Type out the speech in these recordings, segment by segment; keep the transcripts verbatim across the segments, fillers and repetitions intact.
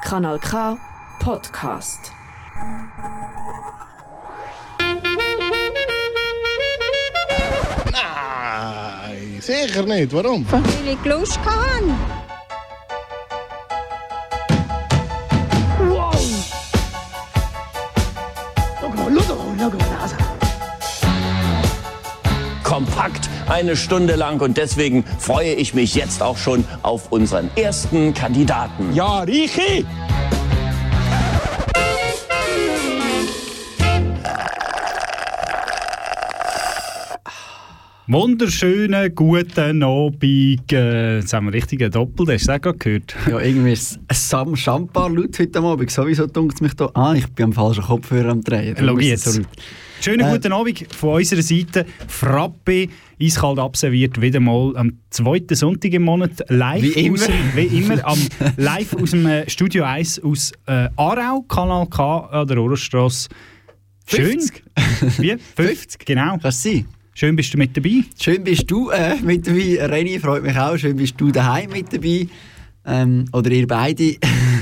Kanal K Podcast. Nein, sicher nicht. Warum? Weil ich Lust hatte. Wow! Schau mal, schau mal, schau mal, Nase. Kompakt eine Stunde lang und deswegen freue ich mich jetzt auch schon auf unseren ersten Kandidaten. Ja, Richi! Wunderschönen guten Abend. Äh, jetzt haben wir richtig einen Doppel, hast du das auch gerade gehört? Ja, irgendwie ist es Sam Champar laut heute Abend. Sowieso dunkt es mich da. Ah, ich bin am falschen Kopfhörer am Drehen. Schau jetzt. So Schönen äh, guten Abend von unserer Seite. Frappe, eiskalt abserviert, wieder mal am zweiten Sonntag im Monat live. Wie immer. Aus, wie immer am, live aus dem äh, Studio eins aus äh, Aarau, Kanal K an der Orerstrasse. Schön. fünfzig. Wie? fünfzig, genau. Kann es sein? Schön bist du mit dabei. Schön bist du äh, mit dabei. Reni, freut mich auch. Schön bist du daheim mit dabei. Ähm, oder ihr beide.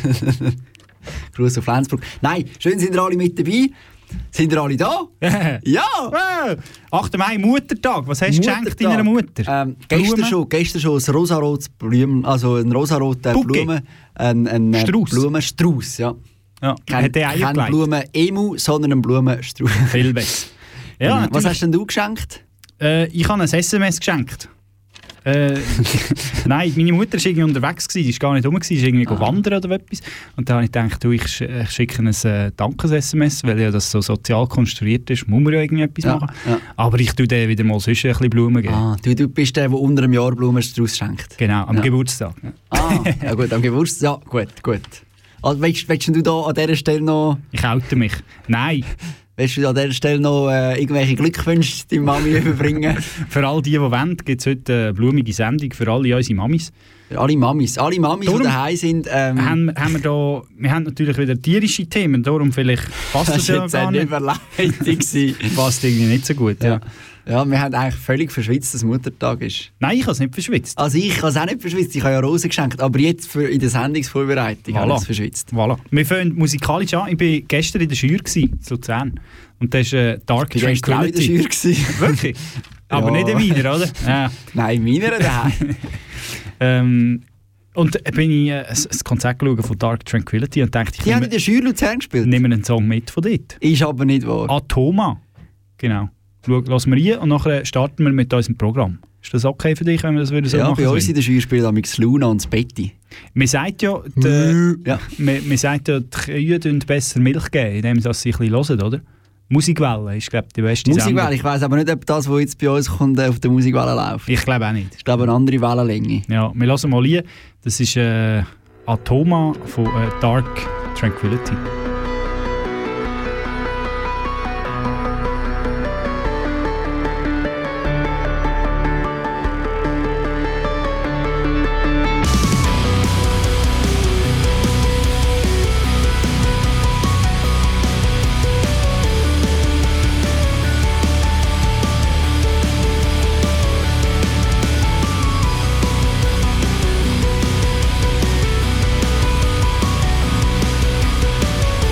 Gruß auf Flensburg. Nein, schön sind ihr alle mit dabei. Sind ihr alle da? Ja! Äh, achter Mai, Muttertag. Was hast du geschenkt deiner Mutter? Ähm, gestern, schon, gestern schon ein rosarotes Blumen, also ein rosaroter Blumen, ein, ein Strauß. Blumenstrauß, ja. Ja, Kein, hat der Eier kein gelegt? Blumen-Emu, sondern ein Blumenstrauß. Viel besser. Ja, Was natürlich. hast denn du geschenkt? Äh, ich habe ein S M S geschenkt. Äh, Nein, meine Mutter war irgendwie unterwegs, sie war gar nicht rum, sie war irgendwie ah. wandern oder etwas. Und dann habe ich gedacht, du, ich, ich schicke ein äh, Dankes-S M S, weil ja das so sozial konstruiert ist, muss man ja irgendwie etwas Ja, machen. ja. Aber ich tue dir wieder mal sonst ein bisschen Blumen geben. Ah, du, du bist der, der unter einem Jahr Blumenstrauß schenkt. Genau, am Ja. Geburtstag. Ja. Ah, ja gut, am Geburtstag, ja, gut, gut. Also, willst, willst du da an dieser Stelle noch... Ich oute mich. Nein. Willst du an dieser Stelle noch äh, irgendwelche Glückwünsche deiner Mami überbringen? Für all die, die wollen, gibt es heute eine blumige Sendung für alle unsere Mamis. Alle Mamis, alle Mamis, Darum die daheim sind. Ähm, haben, haben wir, da, wir haben natürlich wieder tierische Themen, darum vielleicht passt das, das ja war jetzt gar eine nicht. Überleitung. Passt irgendwie nicht so gut, ja. Ja. Ja, wir haben eigentlich völlig verschwitzt, dass Muttertag ist. Nein, ich habe es nicht verschwitzt. Also ich habe es auch nicht verschwitzt, ich habe ja Rosen geschenkt, aber jetzt für in der Sendungsvorbereitung habe ich Voilà. es verschwitzt. Voilà. Wir fangen musikalisch an. Ich war gestern in der Schür in Luzern. Und das ist äh, Dark Ich war gestern auch in der Schür gewesen. Wirklich? Aber Ja. nicht in meiner, oder? Ja. Nein, meiner daheim. ähm, und dann bin ich äh, ein ein Konzert geschaut von Dark Tranquility und dachte, ich Die haben nehme, in der Schür Luzern gespielt. nehme einen Song mit von dort. Ist aber nicht wahr. Atoma. Genau. Schau, lassen wir rein und nachher starten wir mit unserem Programm. Ist das okay für dich, wenn wir das wieder so Ja, machen? bei uns sollen? in der Schür spielt amigs Luna und das Betty. Man sagt ja, die, Ja. man, man sagt ja, die Kühe geben besser Milch geben, indem sie sie ein bisschen hören, oder? Musikwelle ist, glaube ich, die beste Musikwelle, Sendung. ich weiss aber nicht, ob das, was jetzt bei uns kommt, auf der Musikwelle läuft. Ich glaube auch nicht. Ich glaube, eine andere Wellenlänge. Ja, wir hören mal rein. Das ist äh, Atoma von äh, Dark Tranquility. Thank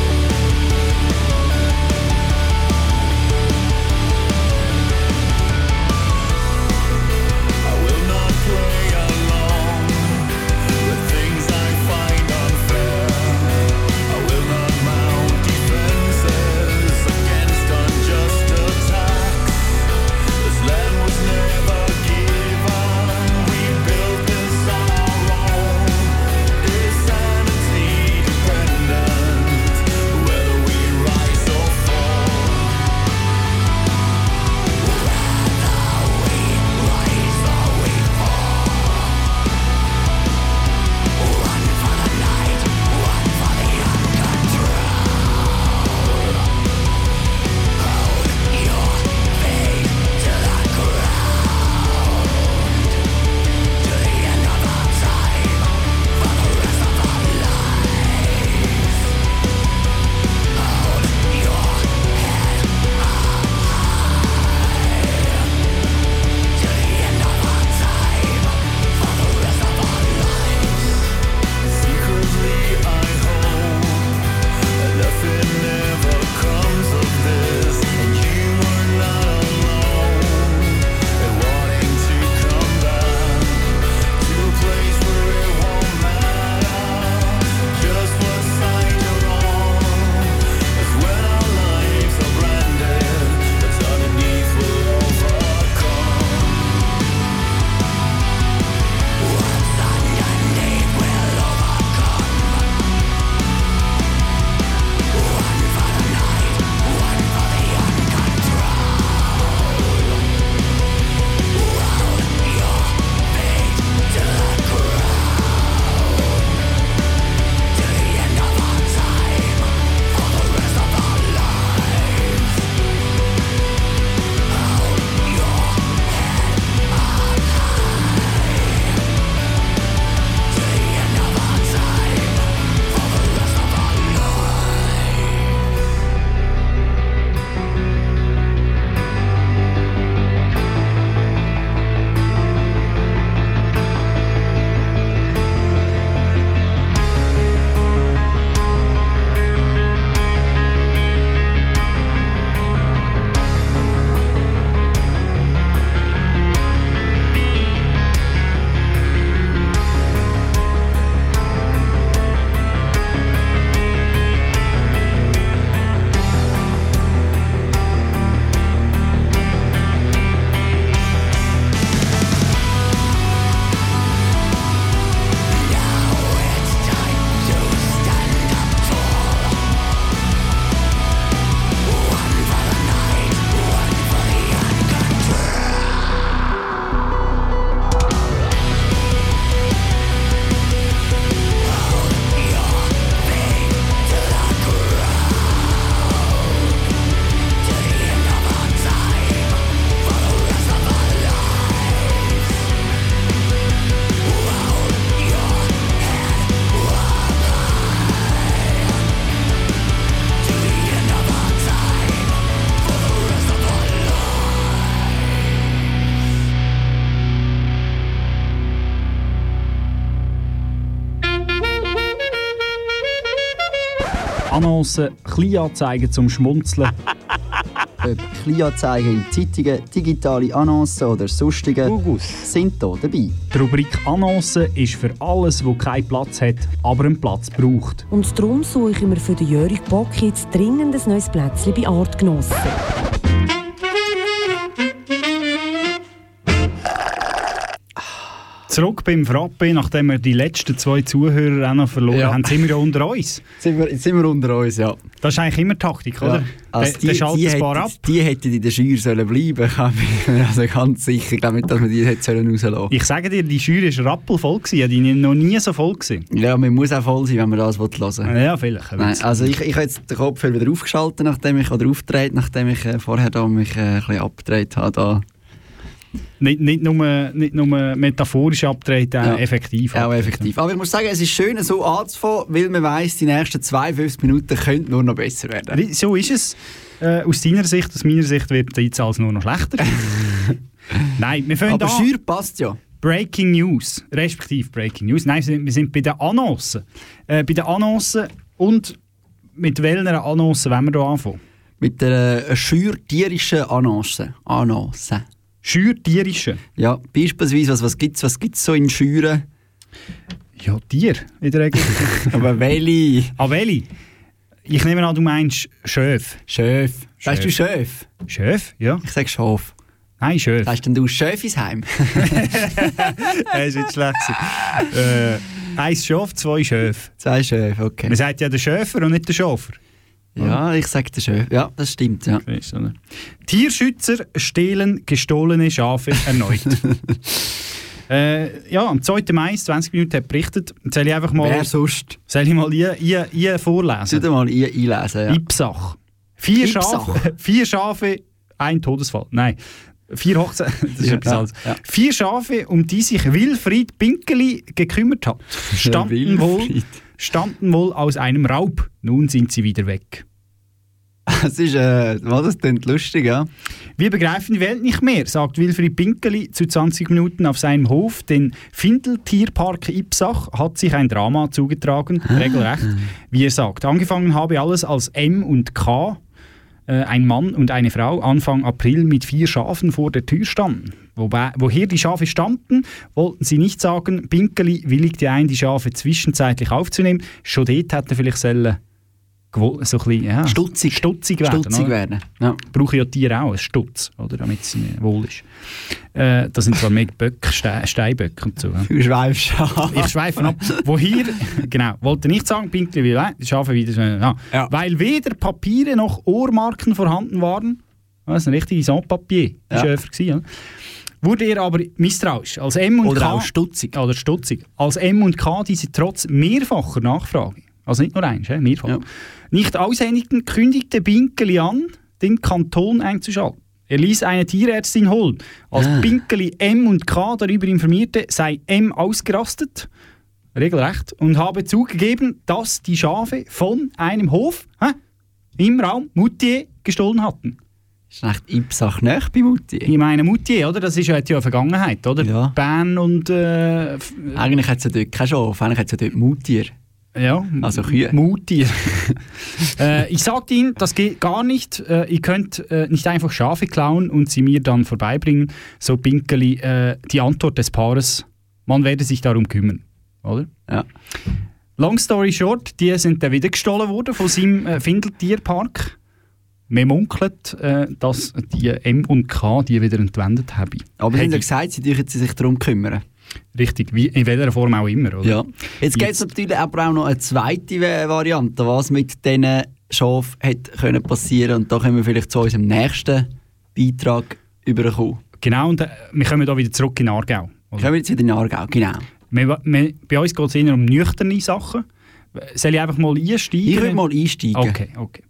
Annoncen, Kleinanzeigen zum Schmunzeln. Ob Kleinanzeigen in Zeitungen, digitale Annoncen oder sonstige sind hier dabei. Die Rubrik Annoncen ist für alles, wo keinen Platz hat, aber einen Platz braucht. Und darum suche ich mir für den Jörg Bock jetzt dringend ein neues Plätzchen bei Artgenossen. Zurück beim Frappe, nachdem wir die letzten zwei Zuhörer auch noch verloren Ja. haben, sind wir ja unter uns. Jetzt sind wir, jetzt sind wir unter uns, ja. Das ist eigentlich immer Taktik, oder? Ja. Also Der, die, der schaltet die, ein paar ab. hätten, die hätten in der Scheuer sollen bleiben sollen. Ich bin mir also ganz sicher, ich glaube nicht, dass man die hätte sollen rauslassen sollen. Ich sage dir, die Scheuer war rappelvoll. Ja, die waren noch nie so voll. Gewesen. Ja, man muss auch voll sein, wenn man das hören will. Ja, vielleicht. Nein, also ich, ich habe jetzt den Kopfhörer wieder aufgeschaltet, nachdem ich, oder aufgedreht, nachdem ich äh, vorher da mich äh, ein bisschen abgedreht habe. Da. Nicht, nicht, nur, nicht nur metaphorisch abtreten, auch Ja. effektiv. Auch effektiv. Aber ich muss sagen, es ist schön, so anzufangen, weil man weiss, die nächsten zweiundfünfzig Minuten könnten nur noch besser werden. Wie- So ist es. Äh, aus deiner Sicht, aus meiner Sicht wird die Zahl nur noch schlechter. Nein, wir fangen Aber an. Scheuer passt ja. Breaking News, respektive Breaking News. Nein, wir sind, wir sind bei den Annoncen. Äh, bei den Annoncen und mit welcher Annonce wollen wir hier anfangen? Mit der äh, scheuertierischen Annonce. Annonce. Scheuertierische. Ja, beispielsweise, was, was gibt es was gibt's so in Scheuren? Ja, Tier in der Regel. Aber welche? Ah, welche? Ich nehme an, du meinst Schöf. Schöf. Sagst du Schöf? Schöf? Ja. Ich sage Schaf. Nein, Schöf. Sagst denn du Schöf ins Heim? Das ist nicht schlecht. äh, eins Schaf, zwei Schöf. Zwei Schöf, okay. Man sagt ja der Schöfer und nicht der Schafer. Ja, ich sage der Schöf. Ja, das stimmt, ja. Weißt du, oder? Tierschützer stehlen gestohlene Schafe erneut. äh, ja, am zweiten Mai, zwanzig Minuten, hat berichtet. Soll ich einfach mal, Wer sonst? soll ich mal ihr, ihr, ihr Tu vorlesen? dir mal ein- einlesen, ja. Ipsach. Vier Ipsach. Schafe, vier Schafe, ein Todesfall. Nein, vier Hochzeiten. Das ist Ja, etwas ja, anderes. ja. Vier Schafe, um die sich Wilfried Pinkeli gekümmert hat, standen wohl, Wilfried. standen wohl aus einem Raub. Nun sind sie wieder weg. Das ist, äh, was, das klingt lustig, ja. Wir begreifen die Welt nicht mehr, sagt Wilfried Pinkeli zu zwanzig Minuten auf seinem Hof. Den Findeltierpark Ipsach hat sich ein Drama zugetragen, regelrecht, wie er sagt. Angefangen habe alles als M und K, äh, ein Mann und eine Frau, Anfang April mit vier Schafen vor der Tür standen. Wobei, woher die Schafe stammten, wollten sie nicht sagen. Pinkeli willigte ein, die Schafe zwischenzeitlich aufzunehmen. Schon dort hätte er vielleicht sollen Gewo- so ein bisschen, ja, Stutzig. stutzig werden. Stutzig oder? werden. Ja. Brauchen ja Tiere auch, ein Stutz, oder, damit es ihnen wohl ist. Äh, das sind zwar mehr Böcke, Ste Steinböcke und so. Ja. Du schweifst an. Ich schweife ab. Woher, genau, wollte nicht sagen, Pinkli will, äh, die Schafe wieder, so, ja. Ja. Weil weder Papiere noch Ohrmarken vorhanden waren. Das ist ein richtiges Sans-Papier, die Ja. Schäfer gewesen, ja. Wurde er aber misstrauisch. Als M und Oder K, auch stutzig. Oder stutzig. Als M und K diese trotz mehrfacher Nachfrage, also nicht nur eins, hä, mehrfach, Ja. nicht aushändigten, kündigte Pinkeli an, den Kanton einzuschalten. Er ließ eine Tierärztin holen. Als Ah. Pinkeli M und K darüber informierte, sei M ausgerastet, regelrecht, und habe zugegeben, dass die Schafe von einem Hof hä, im Raum Moutier gestohlen hatten. Ist echt Ipsach nahe bei Mutti? Ich meine Moutier, oder? Das ist ja, hat ja eine Vergangenheit, oder? Ja. Bern und äh, f- Eigentlich hat es ja dort kein Schaf, eigentlich hat es ja dort Mutier. ja, Also Kühe. Mutier. äh, ich sagte ihnen, das geht gar nicht. Äh, ihr könnt äh, nicht einfach Schafe klauen und sie mir dann vorbeibringen. So Pinkeli, äh, die Antwort des Paares, man werde sich darum kümmern. Oder? Ja. Long story short, die sind dann wieder gestohlen worden von seinem äh, Findeltierpark. Man munkelt, äh, dass die M und K die wieder entwendet haben. Aber sie haben ja Hätte- gesagt, sie dürfen sich darum kümmern. Richtig, wie, in welcher Form auch immer. Oder? Ja. Jetzt gibt es Jetzt- natürlich aber auch noch eine zweite Va- Variante, was mit diesen Schafen hätte können passieren. Und da können wir vielleicht zu unserem nächsten Beitrag überkommen. Genau, und äh, wir kommen hier wieder zurück in Aargau. Oder? Kommen wir jetzt wieder in den Aargau, genau. Wir, wir, bei uns geht es eher um nüchterne Sachen. Soll ich einfach mal einsteigen? Ich würde mal einsteigen. Okay, okay.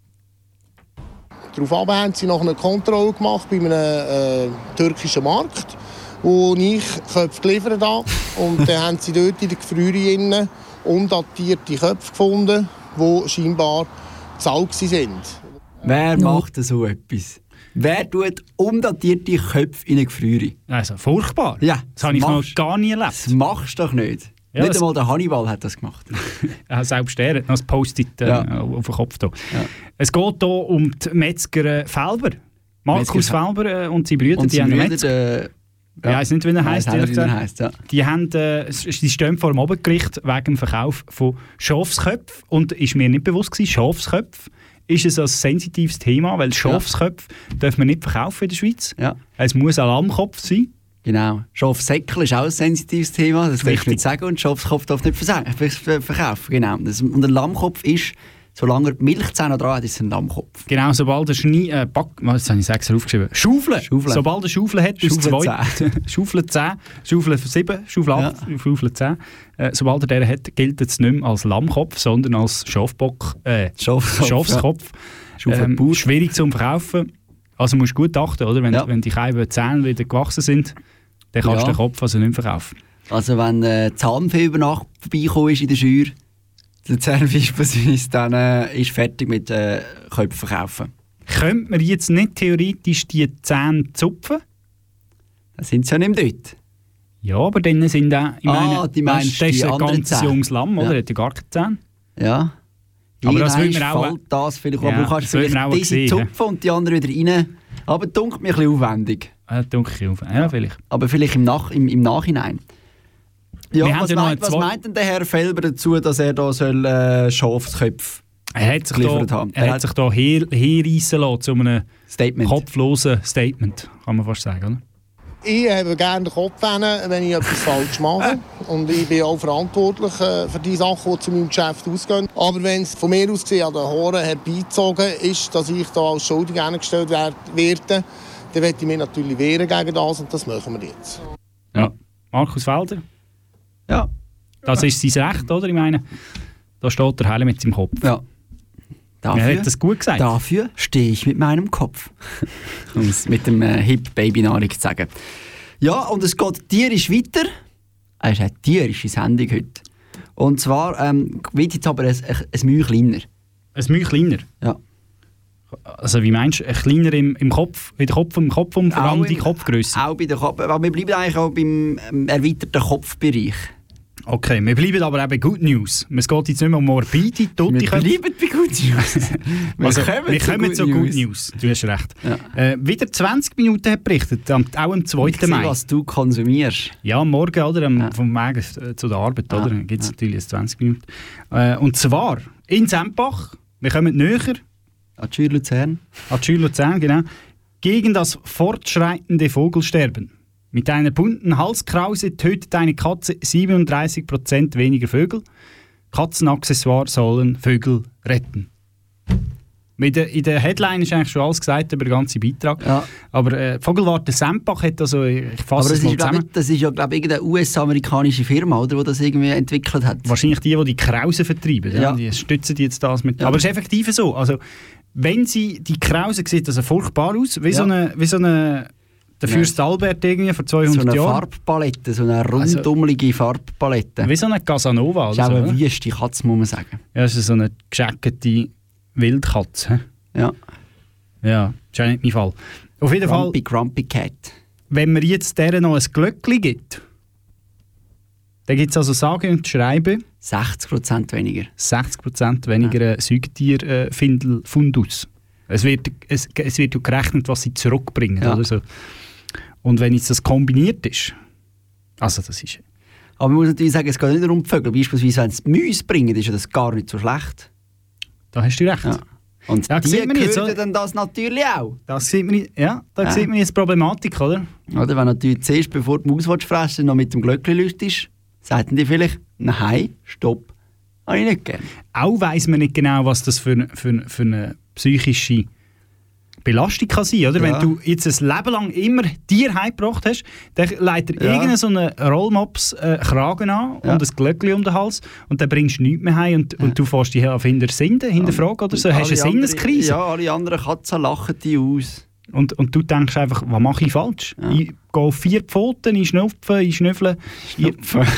Daraufhin haben sie noch eine Kontrolle gemacht bei einem äh, türkischen Markt, wo ich Köpfe geliefert habe. Und dann haben sie dort in der Gefrierung undatierte Köpfe gefunden, die scheinbar zu alt waren. Wer macht so etwas? Wer tut undatierte Köpfe in eine Gefriere? Also, furchtbar. Ja, das habe ich noch machst- gar nie Das erlebt. machst du doch nicht. Ja, Nicht einmal der Hannibal hat das gemacht. Ja, selbst der hat noch ein Post-it äh, Ja. auf dem Kopf. Da. Ja. Es geht hier um die Metzger Felber. Markus Metzger Felber äh, und seine Brüder, Und die sie haben einen Brüder, Metzger. äh, Ich weiss nicht, wie er heisst. Nein, ehrlich wie er gesagt. heisst, ja. Die, haben, äh, die stehen vor dem Obergericht wegen dem Verkauf von Schafsköpfen. Und ist mir nicht bewusst gewesen, Schafsköpfe ist es ein sensitives Thema, weil Schafsköpfe darf man nicht verkaufen in der Schweiz. Ja. Es muss ein Lammkopf sein. Genau. Schafsäckel ist auch ein sensitives Thema, das darf ich Richtig. nicht sagen. Und Schafskopf darf nicht versa- ver- verkaufen. Genau. Das, und ein Lammkopf ist, solange er Milchzähne dran hat, ist es ein Lammkopf. Genau, sobald er Schnee, äh, Back, was habe ich sechs aufgeschrieben? Schaufel. Schaufel. Sobald er Schaufel hat, ist Schaufel zwei. Schaufel zehn, Schaufel sieben, Schaufel acht, Schaufel zehn. Äh, sobald er den hat, gilt es nicht mehr als Lammkopf, sondern als Schafbock, äh, Schafskopf, Schafskopf. Schaufel Ähm, pur. schwierig zum Verkaufen. Also musst du gut achten, oder? Wenn, Ja. wenn die Scheiben Zähne wieder gewachsen sind, dann kannst du Ja. den Kopf also nicht mehr verkaufen. Also wenn äh, Zahnfee über Nacht vorbeigekommen ist in der Schür, der Zahnfisch beispielsweise, dann äh, ist fertig mit äh, Köpfen verkaufen. Könnte man jetzt nicht theoretisch die Zähne zupfen? Dann sind sie ja nicht mehr dort. Ja, aber dann sind auch, ich Ah, meine, die meinst das ist die ein anderen ganz Zähne. junges Lamm, oder? Ja. Er hat ja gar keine Zähne. Ja. Aber das Irgendwann will man auch- fällt das vielleicht, Ja, aber du kannst das will man vielleicht auch diese sehen, zupfen und die andere wieder rein. Aber dunkelt mir ein bisschen aufwendig. Äh, dunkel auf. Ja, vielleicht. Aber vielleicht im, Nach im, im Nachhinein. Ja, Wir haben was, ja noch meint, was zwei- meint denn der Herr Felber dazu, dass er da soll, äh, Schafsköpfe Er hat sich geliefert da, haben? er Er hat sich da her, herreissen lassen zu einem Statement? kopflosen Statement, kann man fast sagen, oder? Ich habe gerne den Kopf hin, wenn ich etwas falsch mache. Und ich bin auch verantwortlich äh, für die Sachen, die zu meinem Geschäft ausgehen. Aber wenn es von mir aus gesehen an den Haaren herbeizogen ist, dass ich da als schuldig angestellt werde, dann werde ich mich natürlich wehren gegen das und das machen wir jetzt. Ja. Markus Felder, Ja. das ist sein Recht, oder? Ich meine, da steht der Heile mit seinem Kopf. ja. Er Dafür, hat das gut gesagt. dafür stehe ich mit meinem Kopf. Um es mit dem äh, Hip-Baby-Nahrung zu sagen. Ja, und es geht tierisch weiter. Es ist eine tierische Sendung heute. Und zwar ähm, wird jetzt aber ein, ein, ein Mühe kleiner. Ein Mühe kleiner. Ja. Also wie meinst du, ein kleiner im, im Kopf, in der Kopf, im Kopfumfang, Auch die im- Kopfgröße? Auch bei der Kopf, aber wir bleiben eigentlich auch beim ähm, erweiterten Kopfbereich. Okay, wir bleiben aber auch bei Good News. Es geht jetzt nicht mehr um morbide, tote Wir Köpfe. bleiben bei Good News. wir Also, kommen, wir zu, kommen Good zu News. Good News. Du hast recht. Ja. Äh, wieder zwanzig Minuten hat berichtet, am- auch am Ich zweiten sehe, Mai. was du konsumierst. Ja, am Morgen, oder? Am, Ja. Vom Weg äh, zu der Arbeit, Ah, oder? Dann gibt es ja. natürlich jetzt zwanzig Minuten. Äh, und zwar in Sempach, wir kommen näher, An die Schür Luzern. an die Schule Luzern, genau, gegen das fortschreitende Vogelsterben. Mit einer bunten Halskrause tötet eine Katze siebenunddreißig Prozent weniger Vögel. Katzenaccessoires sollen Vögel retten. Mit der, in der Headline ist eigentlich schon alles gesagt über den ganzen Beitrag. Ja. Aber äh, Vogelwarte Sempach hat also, ich Aber fasse das es mal ist, glaub zusammen. ich, das ist ja, glaube ich, irgendeine U S-amerikanische Firma, oder, die das irgendwie entwickelt hat. Wahrscheinlich die, die die Krausen vertreiben. Ja. Ja. Die stützen die jetzt das mit. Ja. Aber es ist effektiv so. Also, wenn sie die Krause sieht also furchtbar aus, wie Ja. so eine, wie so eine der Ja. Fürst Albert irgendwie vor So zweihundert eine Jahren. Farbpalette, so eine rundummelige Farbpalette. Wie so eine Casanova. Das Oder ist so, auch eine oder? wüste Katze, muss man sagen. Ja, das ist so eine gescheckerte Wildkatze. hä? Ja. Ja, das ist auch nicht mein Fall. Auf jeden Fall, Grumpy, Grumpy Cat. wenn man jetzt der noch ein Glöckchen gibt, dann gibt es also sage und schreibe sechzig Prozent weniger. sechzig Prozent weniger äh, Säugetierfundus. Es wird, es, es wird ja gerechnet, was sie zurückbringen. Ja. Oder so. Und wenn jetzt das kombiniert ist, also das ist... Aber man muss natürlich sagen, es geht nicht nur um die Vögel. Beispielsweise, wenn sie Mäuse bringen, ist ja das gar nicht so schlecht. Da hast du recht. Ja. Und Ja, die sieht man jetzt, hören oder? dann das natürlich auch. Das sieht man, ja, da Ja. sieht man jetzt die Problematik, oder? Oder wenn natürlich zuerst, bevor die Maus fressen noch mit dem Glöckchen lüstest, sagen die vielleicht, nein, stopp, habe ich nicht gerne. Auch weiss man nicht genau, was das für, für, für eine psychische Belastung kann sein, oder? Ja. Wenn du jetzt ein Leben lang immer Tier heimgebracht hast, dann legt er Ja. irgendeinen so einen Rollmops-Kragen an Ja. und ein Glöckchen um den Hals und dann bringst du nichts mehr heim und, und du fährst dich auf hintersinden, hinterfragen oder so, Und hast eine alle andere- Sinneskrise. Ja, alle anderen Katzen lachen die aus. Und, und du denkst einfach, was mache ich falsch? Ja. Ich gehe auf vier Pfoten, ich schnupfe, ich schnüffle. Ich,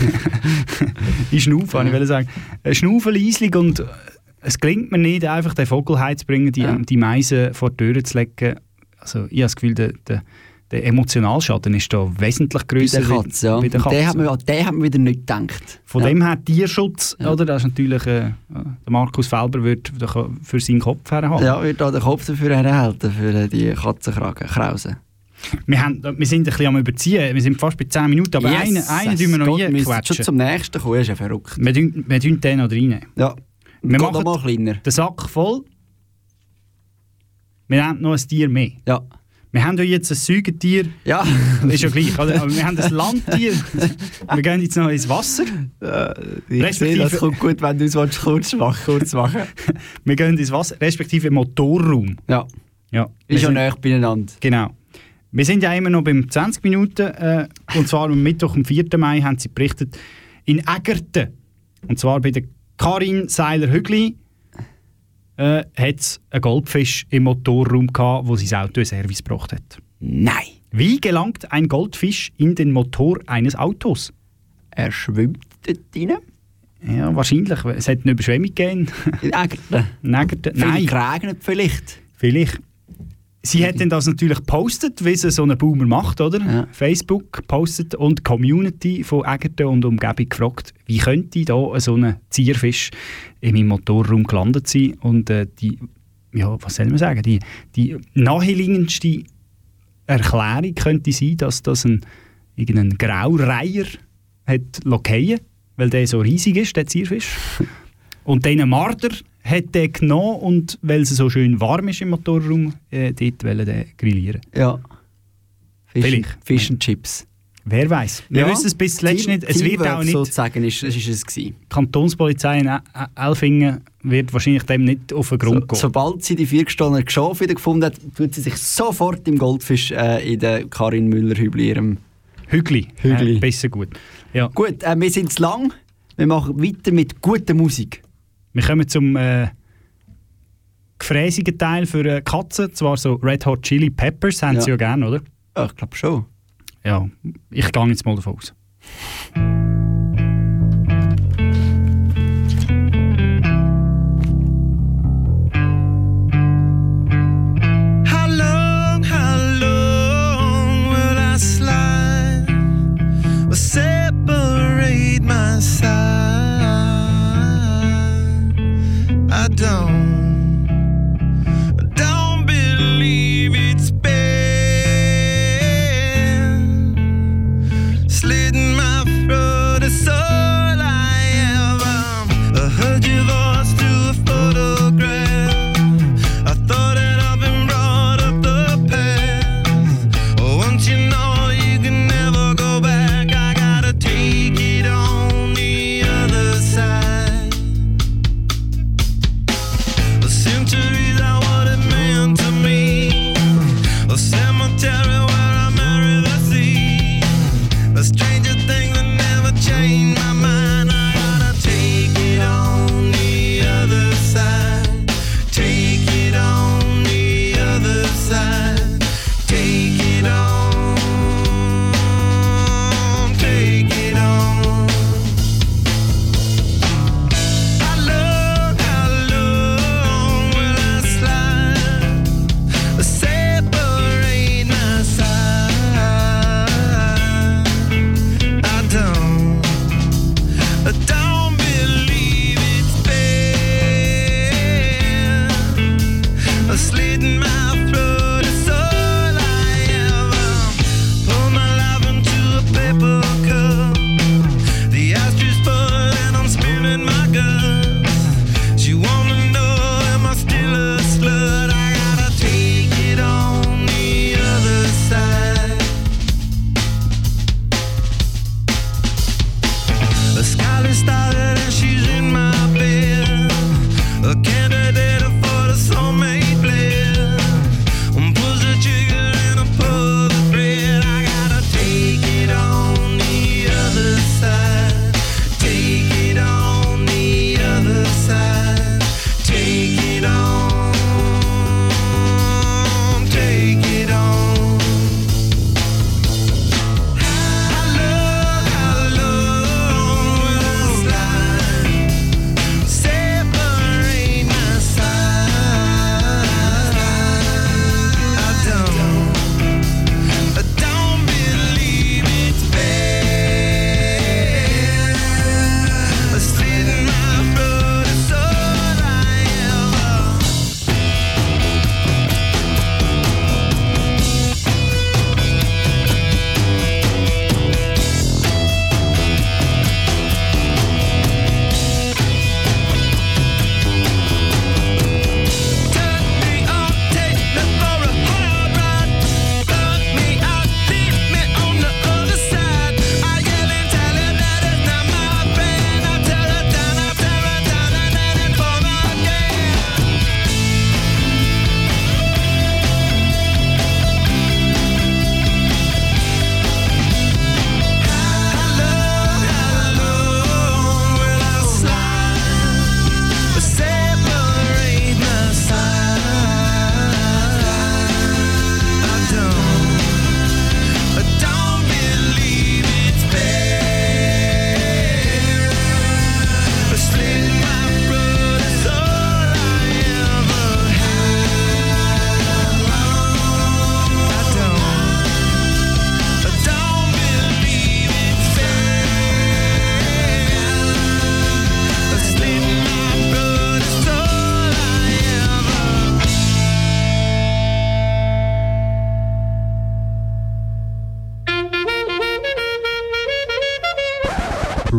ich schnaufe, ja. ich will sagen. Äh, Schnaufe leislich und äh, es gelingt mir nicht, einfach den Vogel heimzubringen, die, Ja. die Meisen vor die Türe zu legen. Also ich habe das Gefühl, der, der, der Emotionalschaden ist da wesentlich grösser. Bei der Katze, ja. Bei der Katze. Den hat man, den hat man wieder nicht gedacht. Von ja. dem her Tierschutz, Ja. oder? Das ist natürlich, äh, der Markus Felber wird für seinen Kopf herhalten. Ja, wird da den Kopf dafür herhalten, für die Katzenkrause. Wir, haben, wir sind ein bisschen am Überziehen, wir sind fast bei zehn Minuten, aber Yes, einen, einen tun wir noch Wir müssen reinquetschen. schon zum nächsten kommen, ist ja verrückt. Wir tun wir tun den noch rein. Ja, Wir geht machen noch mal kleiner. den Sack voll. Wir haben noch ein Tier mehr. Ja. Wir haben ja jetzt ein Säugetier, Ja. ist ja gleich, oder? Aber wir haben ein Landtier. Wir gehen jetzt noch ins Wasser. Ich sehe, das kommt gut, wenn du es willst, kurz machen kurz machen. Wir gehen ins Wasser, respektive Motorraum. Ja, Ja, wir ist ja sind- näher beieinander. Genau. Wir sind ja immer noch beim zwanzig Minuten, äh, und zwar am Mittwoch, am vierten Mai, haben sie berichtet, in Egerten, und zwar bei der Karin Seiler-Hügli, äh, hat es einen Goldfisch im Motorraum gehabt, wo sein Auto in Service gebracht hat. Nein. Wie gelangt ein Goldfisch in den Motor eines Autos? Er schwimmt dort rein. Ja, wahrscheinlich. Es hat eine Überschwemmung gegeben. In Egerten. In Egerten. Nein. Nein, Geregnet vielleicht. vielleicht. Sie hat dann das natürlich gepostet, wie sie so ein Boomer macht, oder? Ja. Facebook gepostet und die Community von Egerten und Umgebung gefragt, wie könnte da so ein Zierfisch in meinem Motorraum gelandet sein? Und äh, die, ja, was soll man sagen, die, die naheliegendste Erklärung könnte sein, dass das ein irgendein Graureiher hat fallen, weil der so riesig ist, der Zierfisch. Und den Marder hat der genommen und weil es so schön warm ist im Motorraum, äh, dort wollen den grillieren. Ja. Fish, Vielleicht. Fish and Chips. Wer weiß? Wir Ja. wissen es bis zuletzt nicht. Es wird auch nicht. Sozusagen ist, ist es gewesen. Die Kantonspolizei in Ä- Elfingen wird wahrscheinlich dem nicht auf den Grund So, gehen. sobald sie die vier gestohlenen Geschafe wieder gefunden hat, tut sie sich sofort im Goldfisch äh, in der Karin Müller-Hübli ihrem... Hügli. Hügli. Äh, besser gut. Ja. Gut, äh, wir sind zu lang. Wir machen weiter mit guter Musik. Wir kommen zum äh, gefräßigen Teil für äh, Katzen. Zwar so Red Hot Chili Peppers, haben Ja. sie ja gerne, oder? Ja, ich glaube schon. Ja, ich gehe jetzt mal davon aus. How long, how long will I slide? Will separate my side? I don't, I don't believe it's been slitting my throat.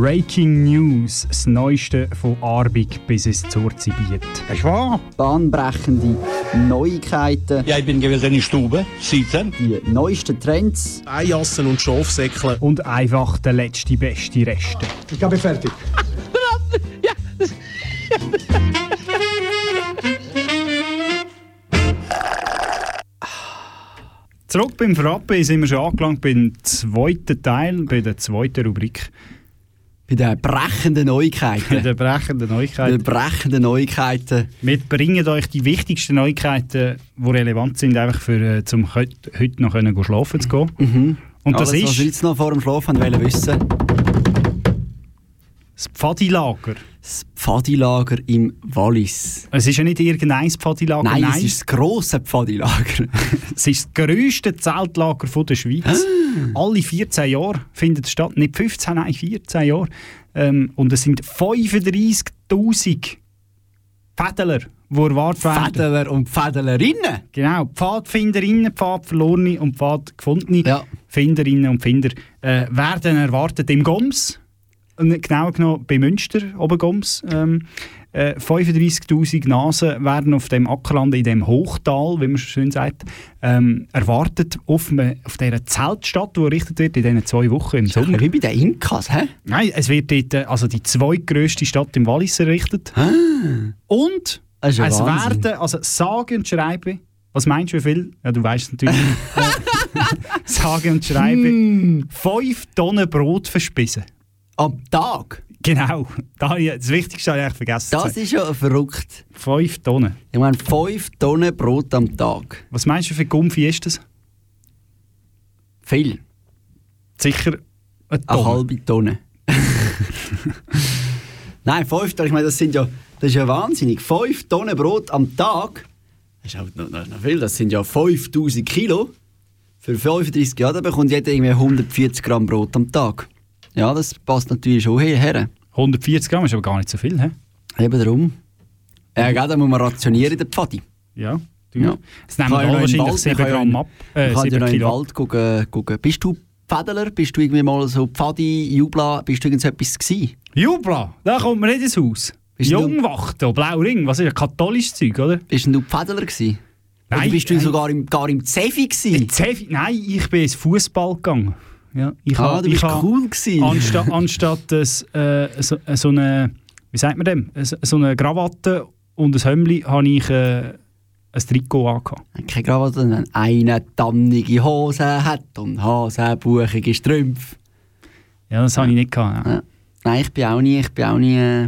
Breaking News, das Neueste von Arbig bis ins Zurzibiet. Das ist wahr. Bahnbrechende Neuigkeiten. Ja, ich bin gewesen in der Stube, sitzen. Die neuesten Trends. Eijassen und Schafsäckle. Und einfach der letzte, beste Reste. Ich bin fertig. Zurück beim Frappe sind wir schon angelangt beim zweiten Teil, bei der zweiten Rubrik. Bei den brechenden Neuigkeiten. Bei den brechenden Neuigkeiten. Die brechenden Neuigkeiten. Wir bringen euch die wichtigsten Neuigkeiten, die relevant sind, einfach für, äh, um heute, heute noch können schlafen zu gehen. Mhm. Und Alles, das ist was wir jetzt noch vor dem Schlafen wollen wissen. das Pfadilager. Das Pfadilager im Wallis. Es ist ja nicht irgendein Pfadilager. Nein, nein. es ist das grosse Pfadilager. Es ist das grösste Zeltlager von der Schweiz. Ah. Alle vierzehn Jahre findet es statt. Nicht fünfzehn, nein, vierzehn Jahre. Ähm, und es sind fünfunddreissigtausend Pfädler, die erwartet werden. Pfädler und Pfädlerinnen. Genau, Pfadfinderinnen, Pfadverlorene und Pfadgefundene Ja. Finderinnen und Finder äh, werden erwartet im Goms. Und genauer genommen bei Münster, Obergoms. Ähm, äh, fünfunddreissigtausend Nasen werden auf dem Ackerland, in dem Hochtal, wie man so schön sagt, ähm, erwartet auf, me, auf dieser Zeltstadt, die errichtet wird in diesen zwei Wochen im Sommer. Wie bei den Inkas, hä? Nein, es wird dort, äh, also die zweitgrösste Stadt im Wallis errichtet. Ah. Und Das ist ja es Wahnsinn. werden, also sage und schreibe, was meinst du, wie viel? Ja, du weißt es natürlich. Sage und schreibe, Mm. fünf Tonnen Brot verspissen. Am Tag? Genau. Da, das Wichtigste habe ich eigentlich vergessen zu Das sagen. ist ja verrückt. Fünf Tonnen. Ich meine, fünf Tonnen Brot am Tag. Was meinst du, für Gumpfi ist das? Viel. Sicher eine Eine Tonne. halbe Tonne. Nein, fünf Tonnen, ich meine, das, sind ja, das ist ja wahnsinnig. Fünf Tonnen Brot am Tag, das ist halt noch, noch, noch viel, das sind ja fünftausend Kilo. Für fünfunddreissig Jahre bekommt jeder irgendwie hundertvierzig Gramm Brot am Tag. Ja, das passt natürlich schon her. hundertvierzig Gramm ist aber gar nicht so viel, hä? Eben darum. Ja, gell, dann muss man rationieren in der Pfadi. Ja. Du. Ja. Es nehmen Ich kann ja alle noch in den wahrscheinlich Wald, sieben ich kann ja Gramm in- ab. Äh, Ich kann ja sieben noch in den Kilo ab. Wald gucken, gucken. Bist du Pfädler? Bist du irgendwie mal so Pfadi, Jubla, bist du irgend so etwas gewesen? Jubla, da kommt man nicht ins Haus. Bist du- Jungwachte, Blauring, was ist ein katholisches Zeug, oder? Bist denn du Pfädler gewesen? Nein, Oder bist du nein. sogar im, gar im Zefi gewesen? Zefi- Nein, ich bin ins Fußball gegangen. Ja, ich Ah, ha- du ich bist ha- cool gewesen. Anstatt, anstatt das, äh, so, so eine, wie sagt man dem, so, so eine Krawatte und ein Hemdli, habe ich äh, ein Trikot angehabt. Keine Krawatte, sondern eine tannige Hose hat und hasenbuchige Strümpfe. Ja, das habe ich nicht gehabt. Ja. Ja. Nein, ich bin auch nie, ich bin auch nie... Äh,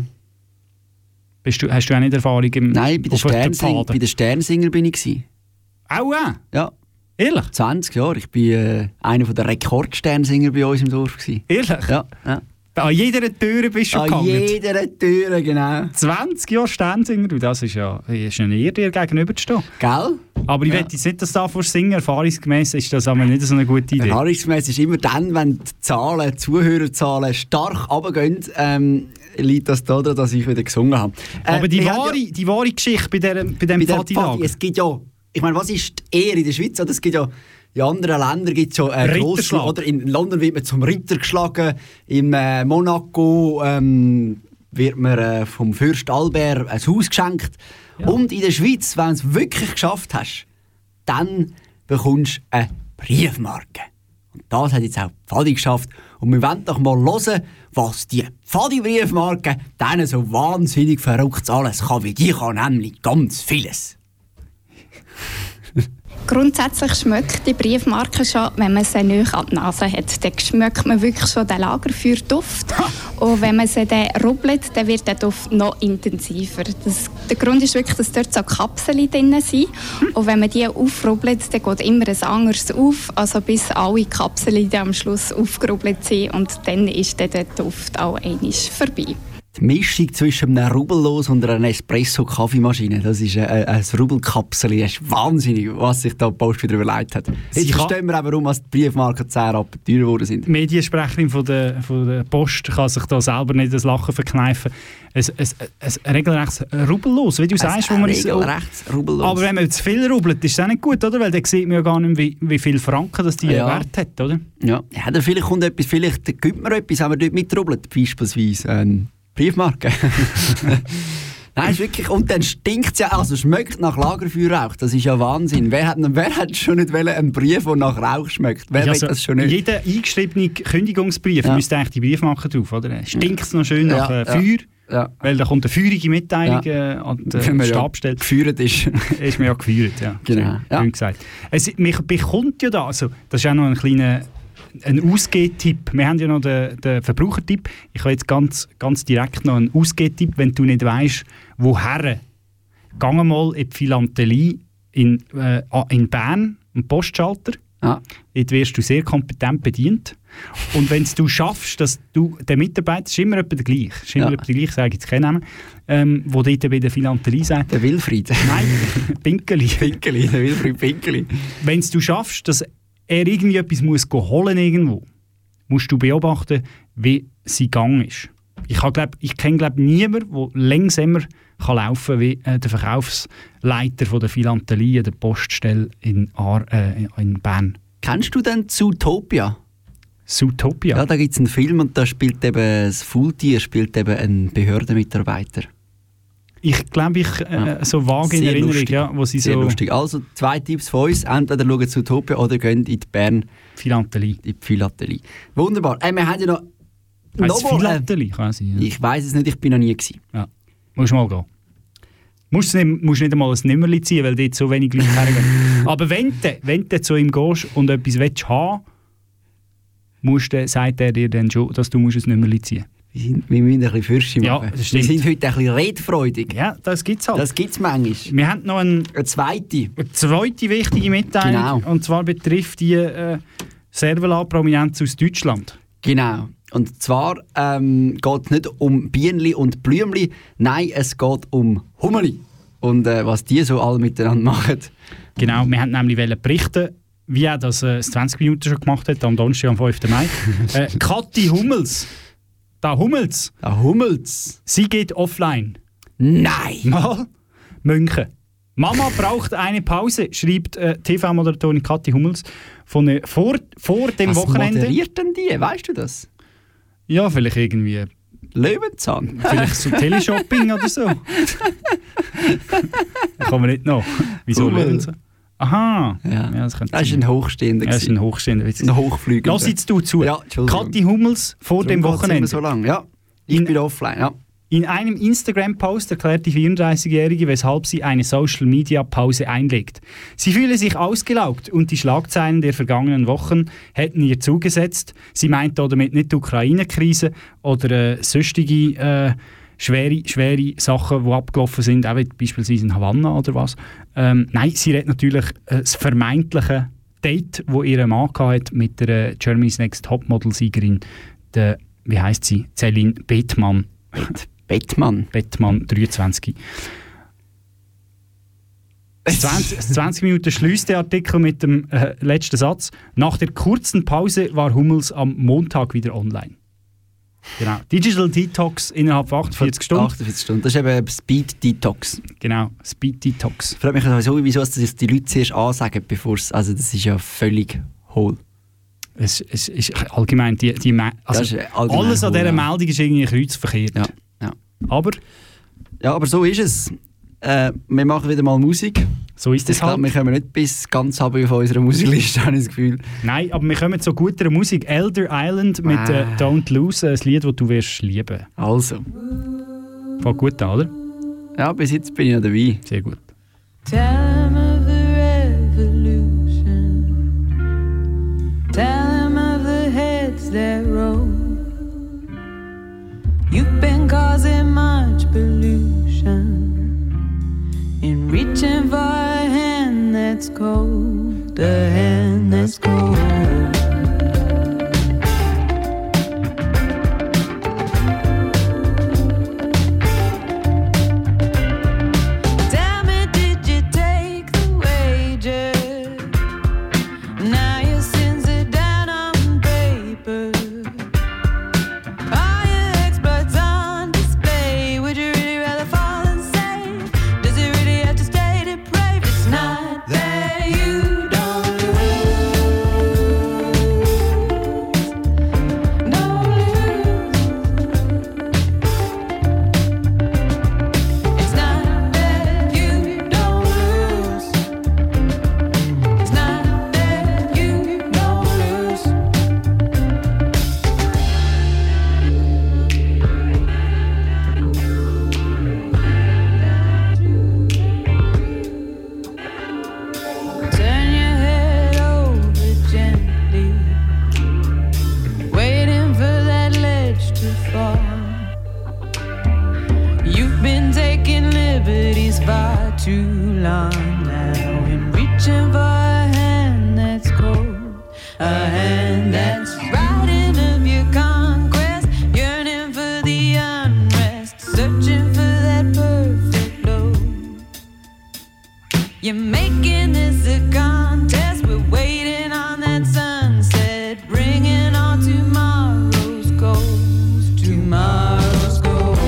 Bist du, hast du auch nicht Erfahrung im nein, bei den, auf den Sternsing, Pfaden? bei den Sternsinger bin ich gewesen. Auch äh? Ja, Ehrlich? zwanzig Jahre. Ich bin äh, einer der Rekordsternsinger bei uns im Dorf gewesen. Ehrlich? Ja, ja. An jeder Tür bist du schon An gegangen. jeder Tür, genau. zwanzig Jahre Sternsinger, du, das ist ja ist eine Ehre, dir gegenüberzustehen. Gell? Aber ich Ja. will jetzt nicht, dass du da singen. Erfahrungsgemäß ist das aber nicht so eine gute Idee. Erfahrungsgemäß ist immer dann, wenn die Zahlen, die Zuhörerzahlen stark runtergehen, ähm, liegt das daran, dass ich wieder gesungen habe. Äh, aber die wir haben wahre, die wahre Geschichte bei, der, bei dem bei der Pfadilager. Pfadi, es gibt ja, ich meine, was ist die Ehre in der Schweiz? Oder es gibt ja, in anderen Ländern gibt es ja äh, grosse, Ritterschlag. oder in London wird man zum Ritter geschlagen, in äh, Monaco ähm, wird man äh, vom Fürst Albert ein Haus geschenkt. Ja. Und in der Schweiz, wenn du es wirklich geschafft hast, dann bekommst du eine Briefmarke. Und das hat jetzt auch die Pfadi geschafft. Und wir wollen doch mal hören, was die Pfadi-Briefmarke denen so wahnsinnig verrückt alles kann, wie die kann nämlich ganz vieles. Grundsätzlich schmeckt die Briefmarke schon, wenn man sie nahe an die Nase hat. Dann schmeckt man wirklich schon den Lagerfeuerduft. Und wenn man sie dann rubbelt, dann wird der Duft noch intensiver. Das, der Grund ist wirklich, dass dort so Kapseln drin sind. Und wenn man die aufrubbelt, dann geht immer ein anderes auf. Also bis alle Kapseln dann am Schluss aufgerubbelt sind. Und dann ist dann der Duft auch einmal vorbei. Die Mischung zwischen einem Rubellos und einer Espresso-Kaffeemaschine, das ist ein, ein Rubelkapsel. Das ist wahnsinnig, was sich da die Post wieder überlegt hat. Jetzt verstehen wir auch, warum die Briefmarken zehn Rappen teurer geworden sind. Die Mediensprecherin von der, von der Post kann sich da selber nicht das Lachen verkneifen. Es, es, es, ein regelrechtes Rubellos, wie du es sagst. Wo man regelrechtes Rubellos. Aber wenn man zu viel rubelt, ist das auch nicht gut, oder? Weil dann sieht man ja gar nicht, wie, wie viel Franken das die ja. Wert hat, oder? Ja, ja dann vielleicht kommt etwas, vielleicht gibt man etwas, wenn man dort mitrubelt, beispielsweise ähm, Briefmarken. Nein, ist wirklich, und dann stinkt es ja, also schmeckt nach Lagerfeuerrauch, das ist ja Wahnsinn. Wer hat, wer hat schon nicht wollen, einen Brief, der nach Rauch schmeckt? Wer ja, will das schon nicht? Jeder eingeschriebene Kündigungsbrief ja. müsste eigentlich die Briefmarke drauf, oder? Stinkt es noch schön nach äh, Feuer? Ja. Ja. Weil da kommt eine feurige Mitteilung ja. äh, an den Stabstelle. Ja gefeuert ist. ist mir ja gefeuert, ja. Genau. Ja. Schön gesagt. Es mich bekommt ja da, also das ist auch noch ein kleiner ein Ausgeh-Tipp. Wir haben ja noch den, den Verbrauchertipp. Ich habe jetzt ganz, ganz direkt noch einen Ausgeh-Tipp, wenn du nicht weißt, woher. Geh mal in die Philantelie in, äh, in Bern, am Postschalter. Ah. Dort wirst du sehr kompetent bedient. Und wenn du schaffst, dass du, der Mitarbeiter ist immer etwa der gleiche, ist immer ja. etwa der gleiche, sage ich jetzt keinen Namen, ähm, wo dort bei der Philantelie sagt. Der Wilfried. Nein, Pinkeli. Pinkeli, der Wilfried Pinkeli. Wenn du schaffst, dass er irgendwie etwas muss holen irgendwo, musst du beobachten, wie sein Gang ist. Ich, glaub, ich kenne glaub, niemanden, der langsamer kann laufen kann wie äh, der Verkaufsleiter von der Philantelie der Poststelle in, Ar, äh, in Bern. Kennst du denn Zootopia? Zootopia? Ja, da gibt es einen Film und da spielt eben das Faultier spielt eben ein Behördenmitarbeiter. Ich glaube, ich äh, ja. so vage in Erinnerung, lustig. Ja, wo sie Sehr so... lustig. Also zwei Tipps von uns. Entweder schauen Zootopia oder gehen in die Bern... Philantelie. In die Philantelie. Wunderbar. Äh, wir haben ja noch... Heißt noch Philantelie quasi? Ja. Ich weiss es nicht, ich bin noch nie gewesen. Ja. Musst mal gehen. Musst du nicht, musst nicht einmal ein Nimmerli ziehen, weil dort so wenig Leute hergehen. Aber wenn du, wenn du zu ihm gehst und etwas willst haben, musst du, sagt er dir dann schon, dass du musst ein Nimmerli ziehen musst. Wir, sind, wir müssen ein bisschen Fürsche machen. Ja, das wir sind heute ein bisschen redfreudig. Ja, das gibt es halt. Das gibt es manchmal. Wir haben noch ein, eine zweite. Eine zweite wichtige Mitteilung. Genau. Und zwar betrifft die äh, Servola-Prominenz aus Deutschland. Genau. Und zwar ähm, geht es nicht um Bienenli und Blümli, nein, es geht um Hummeli. Und äh, was die so alle miteinander machen. Genau, wir wollten nämlich berichten, wie er das äh, zwanzig Minuten schon gemacht hat, am Donnerstag, am fünften Mai. äh, Kathi Hummels. Da Hummels. Da Hummels. Sie geht offline. Nein. Mal München. Mama braucht eine Pause, schreibt äh, T V-Moderatorin Kathi Hummels von, äh, vor, vor dem Was Wochenende. Was moderiert denn die? Weißt du das? Ja, vielleicht irgendwie... Löwenzahn. Vielleicht so Teleshopping oder so. Kann man nicht noch. Wieso Löwenzahn? Aha. Ja. Ja, das, das ist ein Hochstehender. Ja, das ist ein Hochstehender. Ein Hochflügender. Lass jetzt du zu. Ja, Kathi Hummels vor Darum dem Wochenende. So lang. Ja, ich in, bin offline. Ja. In einem Instagram-Post erklärt die vierunddreißigjährige, weshalb sie eine Social-Media-Pause einlegt. Sie fühle sich ausgelaugt und die Schlagzeilen der vergangenen Wochen hätten ihr zugesetzt. Sie meint damit nicht die Ukraine-Krise oder äh, sonstige äh, schwere, schwere Sachen, die abgelaufen sind, auch beispielsweise in Havanna oder was. Ähm, nein, sie redet natürlich äh, das vermeintliche Date, das ihr Mann hatte mit der Germany's Next Topmodel-Siegerin, der, wie heisst sie, Celine Bethmann. Bettmann. Bettmann, dreiundzwanzig. zwanzig, zwanzig Minuten schließt der Artikel mit dem äh, letzten Satz. Nach der kurzen Pause war Hummels am Montag wieder online. Genau. Digital Detox innerhalb von achtundvierzig Stunden. achtundvierzig Stunden. Das ist eben Speed Detox. Genau, Speed Detox. Ich frage mich sowieso, wieso das die Leute zuerst ansagen, bevor es... Also das ist ja völlig hohl. Es, es ist allgemein... Die, die, also allgemein alles an dieser Meldung ist irgendwie kreuzverkehrt. Ja, ja. Aber... Ja, aber so ist es. Äh, wir machen wieder mal Musik. So ist es halt. Ich glaube, wir kommen nicht bis ganz halb auf unserer Musikliste, habe ich das Gefühl. Nein, aber wir kommen zu guter Musik. Elder Island mit äh, Don't Lose, ein Lied, das du wirst lieben. Also. Fängt gut an, oder? Ja, bis jetzt bin ich noch dabei. Sehr gut. Time of the revolution. Time of the heads that roll. You've been causing much pollution. In reaching for a hand that's cold, a hand that's cold. been taking liberties far too long now, and reaching for a hand that's cold, a hand that's riding up your conquest, yearning for the unrest, searching for that perfect low. You're making this a contest, we're waiting on that sunset, bringing on tomorrow's goals, tomorrow's goals.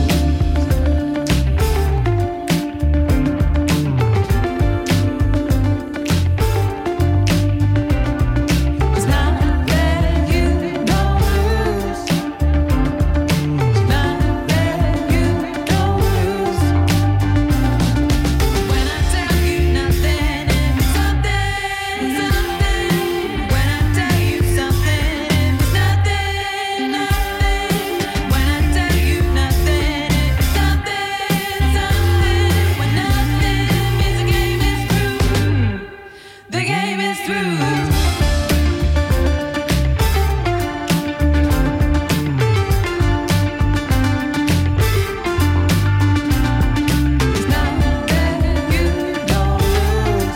It's not letting you don't lose. It's not letting you don't lose. When I tell you nothing, it's something, something. When I tell you something, it's nothing, nothing. When I tell you nothing, it's something, something. When nothing means the game is through, the game is through. It's not letting you don't lose.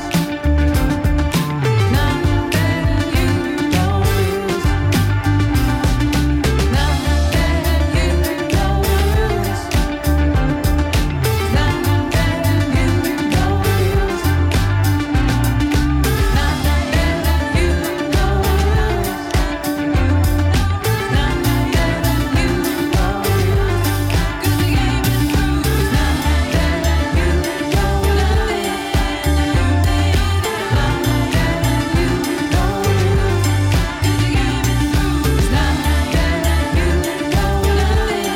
Not letting you don't lose. Not letting you don't lose. Not letting you don't lose. Not letting you don't lose. Not letting you don't lose. 'Cause the game is through. Not letting you don't lose. Not letting you don't lose. 'Cause the game is through. Not letting you don't lose.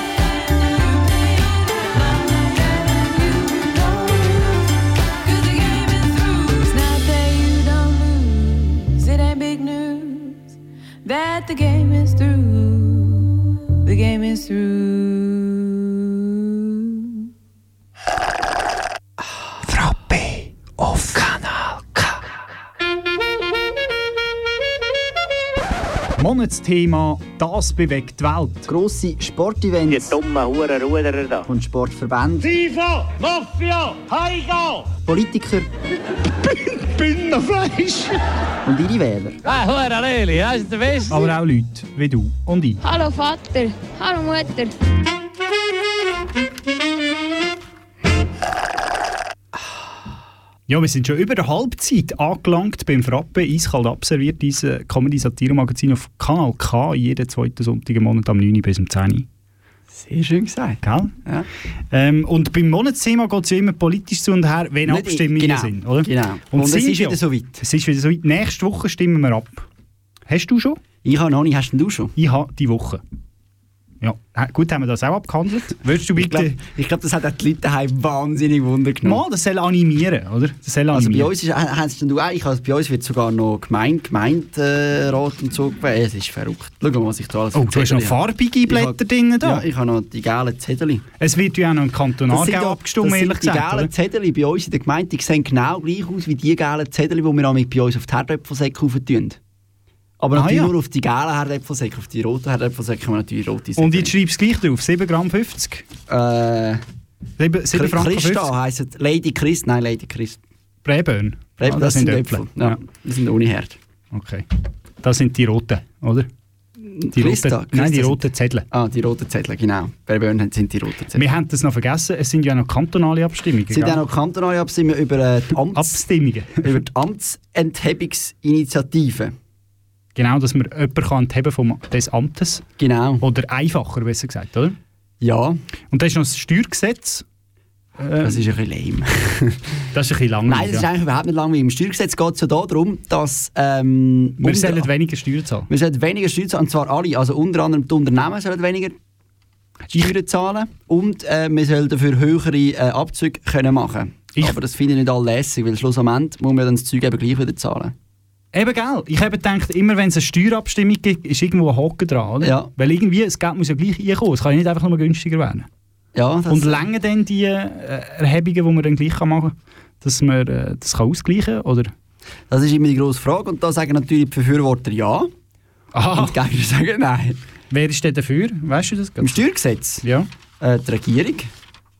Not letting you don't lose. 'Cause the game is through. It's not that you don't lose. It ain't big news that the game is through. The game is through. Frau B. auf Kanal K. Monatsthema «Das bewegt die Welt». Grosse Sportevents. Die dummen Hurenruderer da. Und Sportverbände. FIFA, Mafia, Heiga! Politiker. Binnenfleisch! Und ihre Wähler. Ah, Hurenleli, das ist der Beste. Aber auch Leute wie du und ich. Hallo Vater, hallo Mutter. Ja, wir sind schon über der Halbzeit angelangt beim Frappe, eiskalt abserviert, dieses Comedy-Satire-Magazin auf Kanal K, jeden zweiten Sonntag im Monat am neun bis um zehn Uhr. Sehr schön gesagt. Gell? Ja. Ähm, und beim Monatsthema geht es ja immer politisch zu und her, wenn Nicht- Abstimmungen genau, sind. Oder? genau. Und es sind ist ja- wieder so weit. Es ist wieder so weit. Nächste Woche stimmen wir ab. Hast du schon? Ich habe noch nicht. Hast denn du schon? Ich habe die Woche. Ja, äh, gut, haben wir das auch abgehandelt. Würdest du Ich bitte... glaube, glaub, das hat auch die Leute daheim wahnsinnig Wunder genommen. Mal, das soll animieren, oder? Das soll Also bei animieren. uns, ist, hast du auch, ich, also bei uns wird sogar noch Gemeinde, Gemeinderat und so gewählt. Es ist verrückt. Schau mal, was ich da alles Oh, du hast noch Zettel habe. farbige Blätter Ich drin habe- da? Ja, ich habe noch die gelben Zettel. Es wird ja auch noch im Kanton Aargau abgestimmt, ehrlich die gesagt. gelben Oder? Zettel bei uns in der Gemeinde, die sehen genau gleich aus wie die gelben Zettel, die wir auch mit bei uns auf die Herdöpfelsäcke auftun. Aber Ah, natürlich ja. nur auf die gelben Herdöpfelsäcke, auf die roten Herdöpfelsäcke haben wir natürlich rote Säcke. Und jetzt schreibst du gleich drauf, sieben Komma fünfzig Äh, Gramm. sieben Franken Christa fünfzig. heisst Lady Christ, nein, Lady Christ. Präbön. Präb, Ah, das, sind Äpfel. Ja, das sind ohne Herd. Okay. Das sind die roten, oder? Die Christa, roten, nein, die Christa roten Zettel. Ah, die roten Zettel, genau. Präbön sind die roten Zettel. Wir haben das noch vergessen, es sind ja noch kantonale Abstimmungen. Es sind gell? auch noch kantonale Abstimmungen über, äh, die Amts Abstimmungen. über die Amtsenthebungsinitiative. Genau, dass man jemanden kann entheben vom des Amtes. Genau. Oder einfacher, besser gesagt, oder? Ja. Und da ist noch das Steuergesetz. Äh, Das ist ein bisschen lame. das ist ein bisschen langweilig. Nein, das ist ja. eigentlich überhaupt nicht langweilig. Im Steuergesetz geht es ja darum, dass ähm, Wir unter- sollen weniger Steuern zahlen. wir sollten weniger Steuern zahlen, und zwar alle. Also unter anderem die Unternehmen sollen weniger Steuern zahlen und äh, wir sollen dafür höhere äh, Abzüge können machen. Ich- Aber das finde ich nicht alle lässig, weil schlussendlich muss man dann das Zeug eben gleich wieder zahlen. Eben, gell? Ich habe gedacht, immer wenn es eine Steuerabstimmung gibt, ist irgendwo ein Haken dran, oder? Ja. Weil irgendwie, das Geld muss ja gleich reinkommen. Es kann ja nicht einfach nur günstiger werden. Ja, das Und länger dann die äh, Erhebungen, die man dann gleich kann machen kann, dass man äh, das kann ausgleichen kann, oder? Das ist immer die grosse Frage und da sagen natürlich die Befürworter ja Aha. und die Gegner sagen nein. Wer ist denn dafür? Weißt du das? Im Steuergesetz? Ja. Äh, die Regierung.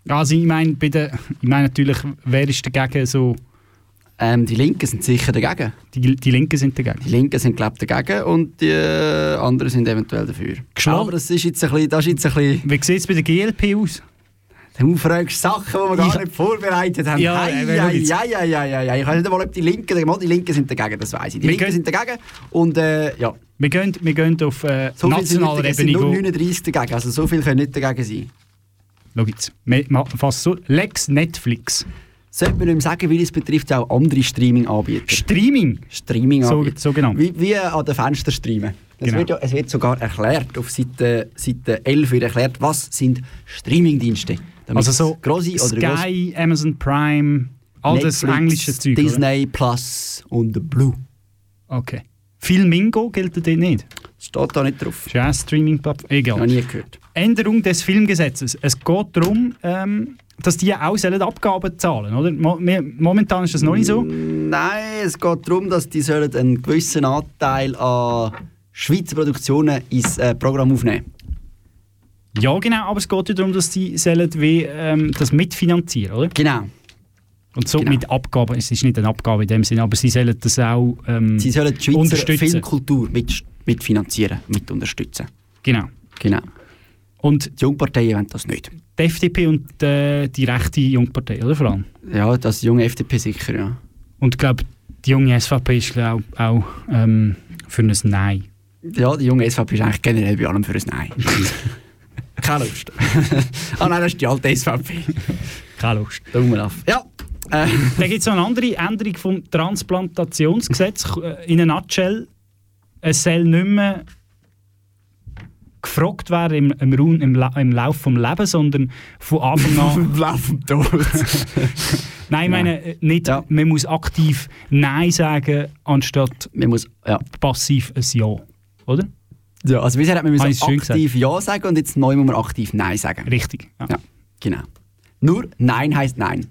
Also ich meine, bei der, ich meine natürlich, wer ist dagegen so... Ähm, die Linken sind sicher dagegen. Die, die Linken sind dagegen? Die Linken sind, glaube ich, dagegen und die äh, anderen sind eventuell dafür. Geschlagen. Aber das ist jetzt ein bisschen... Das ist jetzt ein bisschen Wie sieht es bei der G L P aus? Du fragst Sachen, die wir gar Ich- nicht vorbereitet haben. Ja, Ei, äh, ei, jetzt- ei, ei, ei, ei, ei. Ich weiß nicht einmal, ob die Linken... Mal, die Linken sind dagegen, das weiss ich. Die Wir Linken gehen- sind dagegen und äh, ja... Wir gehen, wir gehen auf äh, So viel sind nicht nationaler dagegen, es sind Ebene. nur go- neununddreissig dagegen, also so viel können nicht dagegen sein. Schau jetzt, wir machen fast so. Lex Netflix. Sollte man nicht mehr sagen, weil es betrifft auch andere Streaming-Anbieter. Streaming? Streaming-Anbieter. So, so genannt. Wie, wie an den Fenstern streamen. Es, Genau. wird ja, es wird sogar erklärt, auf Seite, Seite elf wird erklärt, was sind Streaming-Dienste. Damit Also so grosse oder grosse Sky, Amazon Prime, all das Netflix, englische Zeug. oder? Disney Plus und Blue. Okay. Filmingo gilt dort nicht? Steht da nicht drauf. Ist ja eine Streaming-Plattform. Egal. Noch nie gehört. Änderung des Filmgesetzes. Es geht darum, ähm, dass die auch sollen Abgaben zahlen oder? Mo wir- Momentan ist das noch nicht so. Nein, es geht darum, dass die sollen einen gewissen Anteil an Schweizer Produktionen ins äh, Programm aufnehmen. Ja, genau, aber es geht ja darum, dass die sollen wie, ähm, das mitfinanzieren, oder? Genau. Und so Genau. mit Abgaben, es ist nicht eine Abgabe in dem Sinne, aber sie sollen das auch ähm, Sie sollen die Schweizer unterstützen. Filmkultur mit, mitfinanzieren, mit unterstützen. Genau. Genau. Und die Jungparteien wollen das nicht. Die F D P und äh, die rechte Jungpartei, oder vor allem? Ja, das junge F D P sicher, ja. Und ich glaube, die junge S V P ist glaub, auch ähm, für ein Nein. Ja, die junge S V P ist eigentlich generell bei allem für ein Nein. Keine Lust. Ah nein, das ist die alte S V P. Keine Lust. Dummerlaff. Ja. Äh. Dann gibt es noch eine andere Änderung vom Transplantationsgesetz. In a nutshell, es soll nicht mehr gefragt werden im, im, Raum, im, La im Lauf des Lebens, sondern von Anfang an... Im Lauf des Todes. Nein, ich meine, äh, nicht, ja. Man muss aktiv Nein sagen, anstatt man muss, ja. passiv ein Ja. Oder? Ja, also bisher hat man Ah, aktiv gesagt. Ja sagen und jetzt neu muss man aktiv Nein sagen. Richtig. Ja, ja genau. Nur Nein heisst Nein.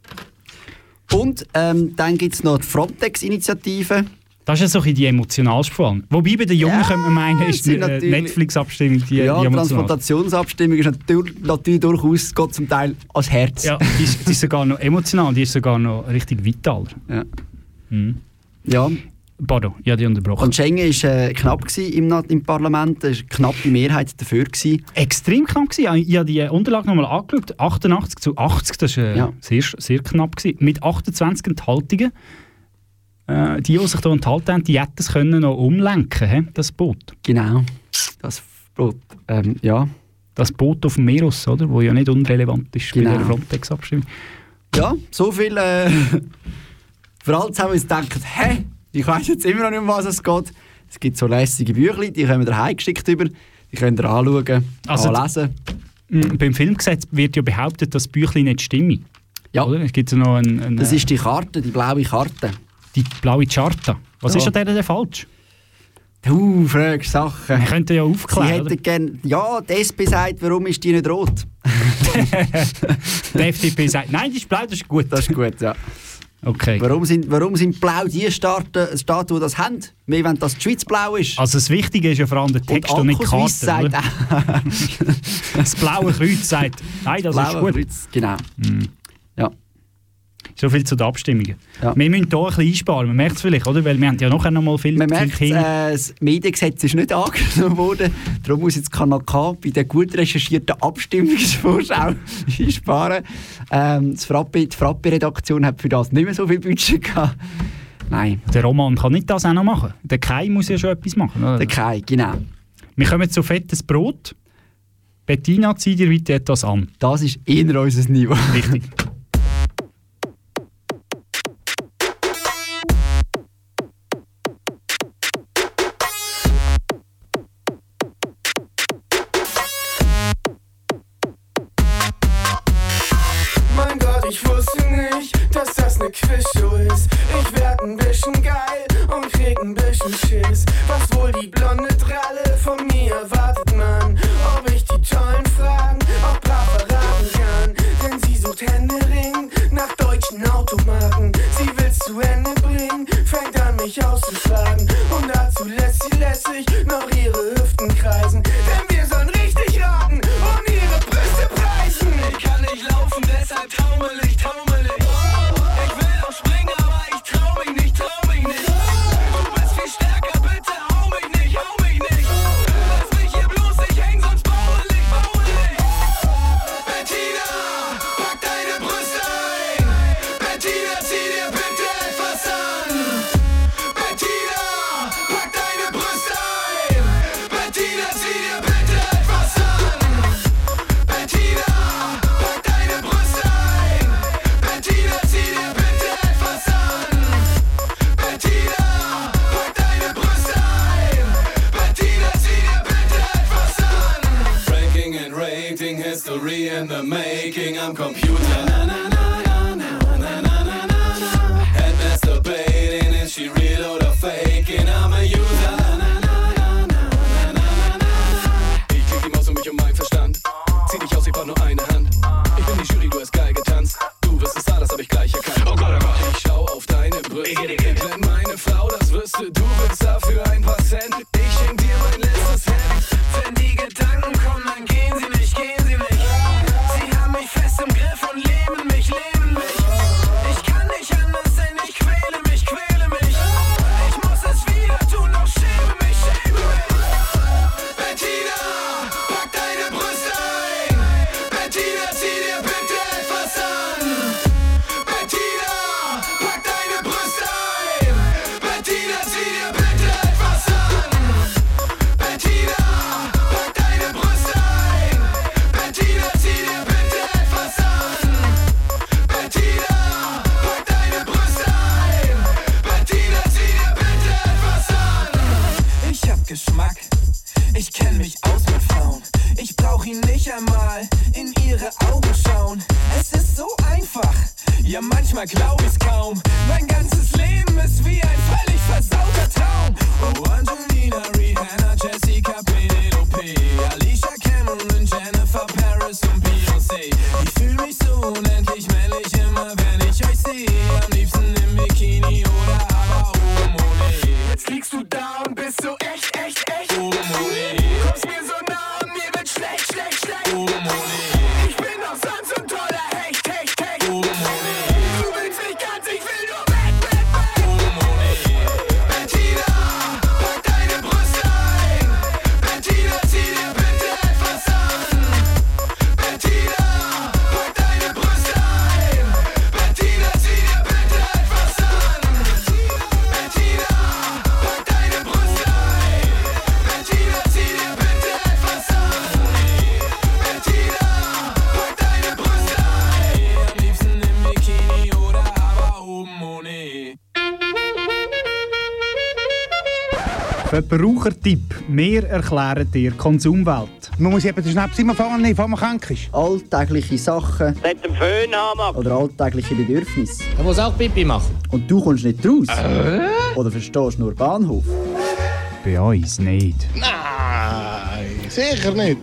Und ähm, dann gibt es noch die Frontex-Initiative. Das ist ja so ein bisschen die emotionalste Form. Wobei bei den Jungen Ja, könnte man meinen, ist die sind äh, natürlich- Netflix-Abstimmung die, Ja, die die emotional. Transplantationsabstimmung ist natürlich, natürlich durchaus geht zum Teil ans Herz. Ja, die ist, die ist sogar noch emotional, die ist sogar noch richtig vital. Ja. Mhm. Ja. Pardon, ich habe dich unterbrochen. Und Schengen war äh, knapp gewesen im, Na- im Parlament, es war eine knappe Mehrheit dafür. Gewesen. Extrem knapp gewesen. Ich habe die Unterlage nochmal angeschaut. achtundachtzig zu achtzig, das war äh, Ja. sehr, sehr knapp gewesen. Mit achtundzwanzig Enthaltungen. Äh, die, die sich hier enthalten haben, die hätten es können noch umlenken, he? Das Boot. Genau, das Boot. Ähm, ja. Das Boot auf dem Meeres, oder? Wo ja nicht unrelevant ist Genau. bei der Frontex-Abstimmung. Ja, so viel. Äh, vor allem haben wir uns gedacht, hä, ich weiss jetzt immer noch nicht, um was es geht. Es gibt so lässige Bücher, die können wir daheim geschickt über. Die könnt ihr anschauen, Also anlesen. M, beim Filmgesetz wird ja behauptet, dass das Büchlein nicht stimme. Ja. Oder? Es gibt ja noch ein, ein, Das ist die Karte, die blaue Karte. die blaue Charta. Was Ja. ist an der denn falsch? Du fragst Sachen. Wir könnten ja Sie aufklären. oder? hätten gern, ja, die S P sagt, warum ist die nicht rot? Die F D P sagt, nein, die ist blau, das ist gut. Das ist gut, ja. Okay. Warum sind, warum sind blau die Staaten, Staaten, die das haben? Wir wollen, dass die Schweiz blau ist. Also das Wichtige ist ja vor allem der Text und, und nicht die Akkuswiss Karte. sagt Oder? Das blaue Kreuz sagt, nein, das ist blaue gut. Kreuz, genau. Mhm. Ja. So viel zu den Abstimmungen. Ja. Wir müssen hier ein bisschen einsparen, man merkt es vielleicht, oder? Weil wir haben ja nachher noch mal viel, Man viel merkt, Kinder. äh, das Mediengesetz ist nicht angenommen worden. Darum muss jetzt Kanal K bei der gut recherchierten Abstimmungsvorschau einsparen. Ähm, das Frappe, die Frappe-Redaktion hat für das nicht mehr so viel Budget gehabt. Nein. Der Roman kann nicht das auch noch machen. Der Kai muss ja schon etwas machen. Oder? Der Kai, genau. Wir kommen zu fettes Brot. Bettina, zieh dir bitte etwas an. Das ist eher unser Niveau. Richtig. Mein Gott, ich wusste nicht, dass das ne Quizshow ist. Ich werd ein bisschen geil und krieg ein bisschen Schiss. Was wohl die blonde Dralle von mir erwartet, man? Ob ich die tollen Fragen auch brav verraten kann? Denn sie sucht händeringend nach deutschen Automarken. Sie will's zu Ende bringen, fängt an mich auszuschlagen. Und dazu lässt sie lässig noch ihre Hüften kreisen. Denn wir sollen richtig raten und ihre Brüste preisen. Ich kann nicht laufen. deshalb taumel ich, taumel ich. Ich will auch springen, aber ich trau mich nicht, trau mich nicht. Du bist viel stärker, bitte hau mich nicht, hau mich nicht. Lass mich hier bloß nicht hängen, sonst baue ich, baue ich. Bettina, pack deine Brüste ein. Bettina, zieh dir bitte etwas an. Bettina, pack deine Brüste ein. Bettina, zieh dir bitte etwas an. Bettina, pack deine Brüste ein. Bettina, zieh dir bitte etwas an. Bettina, pack deine Brüste ein. Bettina, zieh dir bitte etwas an. Ranking and rating, history in the making am Computer. Na, na, na, na, na, na, na, na, na. Headmaster baiting, is she real oder faking? I'm a user. Na, na, na, na, na, na, na, na. Ich klick die Maus um mich um meinen Verstand. Zieh dich aus, ich brauch nur eine Hand. Ich bin die Jury, du hast geil getanzt. Du wirst es da, das hab ich gleich erkannt. Oh Gott, oh Gott. Ich schau auf deine Brüste. Wenn meine Frau das wüsste, du willst dafür ein paar Cent. Ich schenk dir mein letztes Hemd. Wenn die Gedanken kommen, dann gehen sie nicht, gehen sie nicht. Sie haben mich fest im Griff und leben mich, leben mich. Ich kann nicht anders, denn ich quäle mich, quäle mich. Ich muss es wieder tun, doch schäme mich, schäme mich. Bettina, pack deine Brüste ein. Bettina, zieh dir bitte etwas an. Bettina, pack deine Brüste ein. Bettina, zieh dir bitte etwas an. Bettina, pack deine Brüste ein. Bettina, zieh dir bitte etwas an. Bettina, pack deine Brüste ein. Bettina, zieh dir bitte etwas an. Ich hab Geschmack, ich kenn mich aus mit Frauen. Ich brauch ihn nicht einmal in ihre Augen schauen. Es ist so einfach, ja manchmal glaub ich's kaum. Mein ganzes Leben ist wie ein völlig versauter Traum. Oh Angelina, Rihanna, Jessica, Penelope, Alicia Cameron, Jennifer, Paris und Beyoncé. Ich fühl mich so unendlich männlich immer, wenn ich euch sehe. Am liebsten im Bikini oder aber oben ohne. Jetzt liegst du da und bist so echt, echt, echt oben ohne. Kommst mir so nah und mir wird schlecht, schlecht, schlecht oben ohne. Ich bin doch sonst so ein toller Hecht, Hecht, Hecht oben ohne. Du willst nicht ganz, ich will nur weg, weg, weg oben ohne. Bettina, pack deine Brüste ein. Bettina, zieh dir bitte etwas an. Bettina, pack deine Brüste ein. Bettina, zieh dir bitte etwas an. Bettina, pack deine Brüste ein. Bettina, zieh dir bitte etwas an. Bettina, pack deine Brüste ein. Am liebsten im Bikini oder aber oben ohne. Verbrauchertipp. Wir erklären dir die Konsumwelt. Man muss eben den Schnaps immer fahren, bevor man krank ist. Alltägliche Sachen Nicht den Föhn haben. oder alltägliche Bedürfnisse. Er muss auch Pipi machen. Und du kommst nicht raus? Oder verstehst nur Bahnhof? Bei uns nicht. Nein, sicher nicht.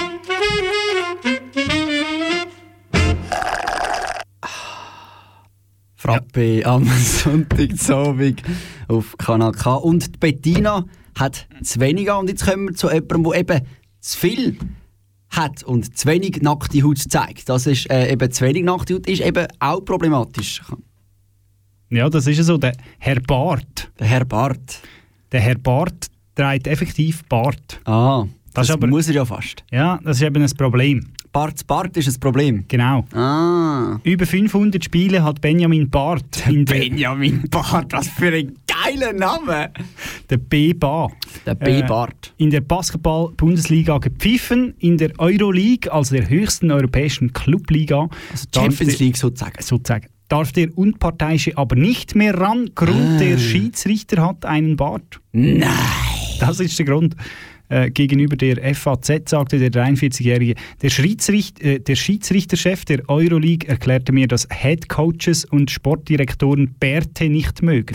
Frappe am Sonntagabend auf Kanal K. Und die Bettina hat zu wenig an. Und jetzt kommen wir zu jemandem, der eben zu viel hat und zu wenig nackte Haut zeigt. Das ist äh, eben zu wenig nackte Haut ist eben auch problematisch. Ja, das ist so. Der Herr Bart. Der Herr Bart. Der Herr Bart trägt effektiv Bart. Ah, das, Das ist aber- muss er ja fast. Ja, das ist eben ein Problem. Bart Bart ist ein Problem. Genau. Ah. Über fünfhundert Spiele hat Benjamin Bart in der, Benjamin Bart, was für ein geiler Name! der B-Bar. Der B-Bart. Äh, in der Basketball-Bundesliga gepfiffen, in der Euroleague, also der höchsten europäischen Clubliga. Also Champions League sozusagen. sozusagen. Darf der Unparteiische aber nicht mehr ran. Grund, Ah. der Schiedsrichter hat einen Bart. Nein! Das ist der Grund. Äh, gegenüber der F A Z sagte der dreiundvierzigjährige, der, Schiedsrichter, äh, der Schiedsrichterchef der Euroleague erklärte mir, dass Headcoaches und Sportdirektoren Bärte nicht mögen.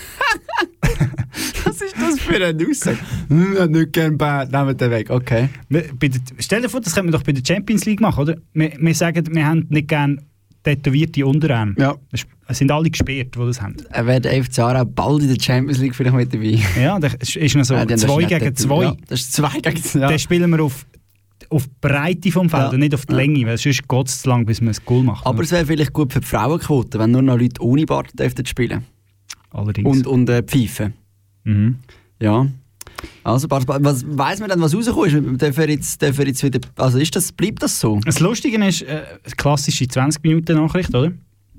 Was ist das für eine Aussage? Ich habe nicht gerne Bart, nehmen den weg. Okay. Wir- bei der, stell dir vor, das könnte man doch bei der Champions League machen, oder? Wir, wir sagen, wir haben nicht gerne tätowierte Unterarme. Ja. Das es sind alle gesperrt, die das haben. Er wird der F C Aarau bald in der Champions League vielleicht mit dabei. Ja, das ist noch so Ja, die haben das zwei nicht gegen tätowiert. zwei. Ja, das ist zwei gegen zwei. Dann spielen wir auf auf die Breite vom Feld Ja. und nicht auf die Ja. Länge, weil sonst geht es zu lang, bis man ein Goal macht. Aber es wäre vielleicht gut für die Frauenquote, wenn nur noch Leute ohne Bart dürften spielen. Allerdings. Und, und äh, pfeifen. Mhm. Ja. Also, Bart, was weiss man denn, was rausgekommen ist? Darf er jetzt, darf er jetzt wieder, also ist das, bleibt das so? Das Lustige ist, äh, klassische zwanzig-Minuten-Nachricht, oder?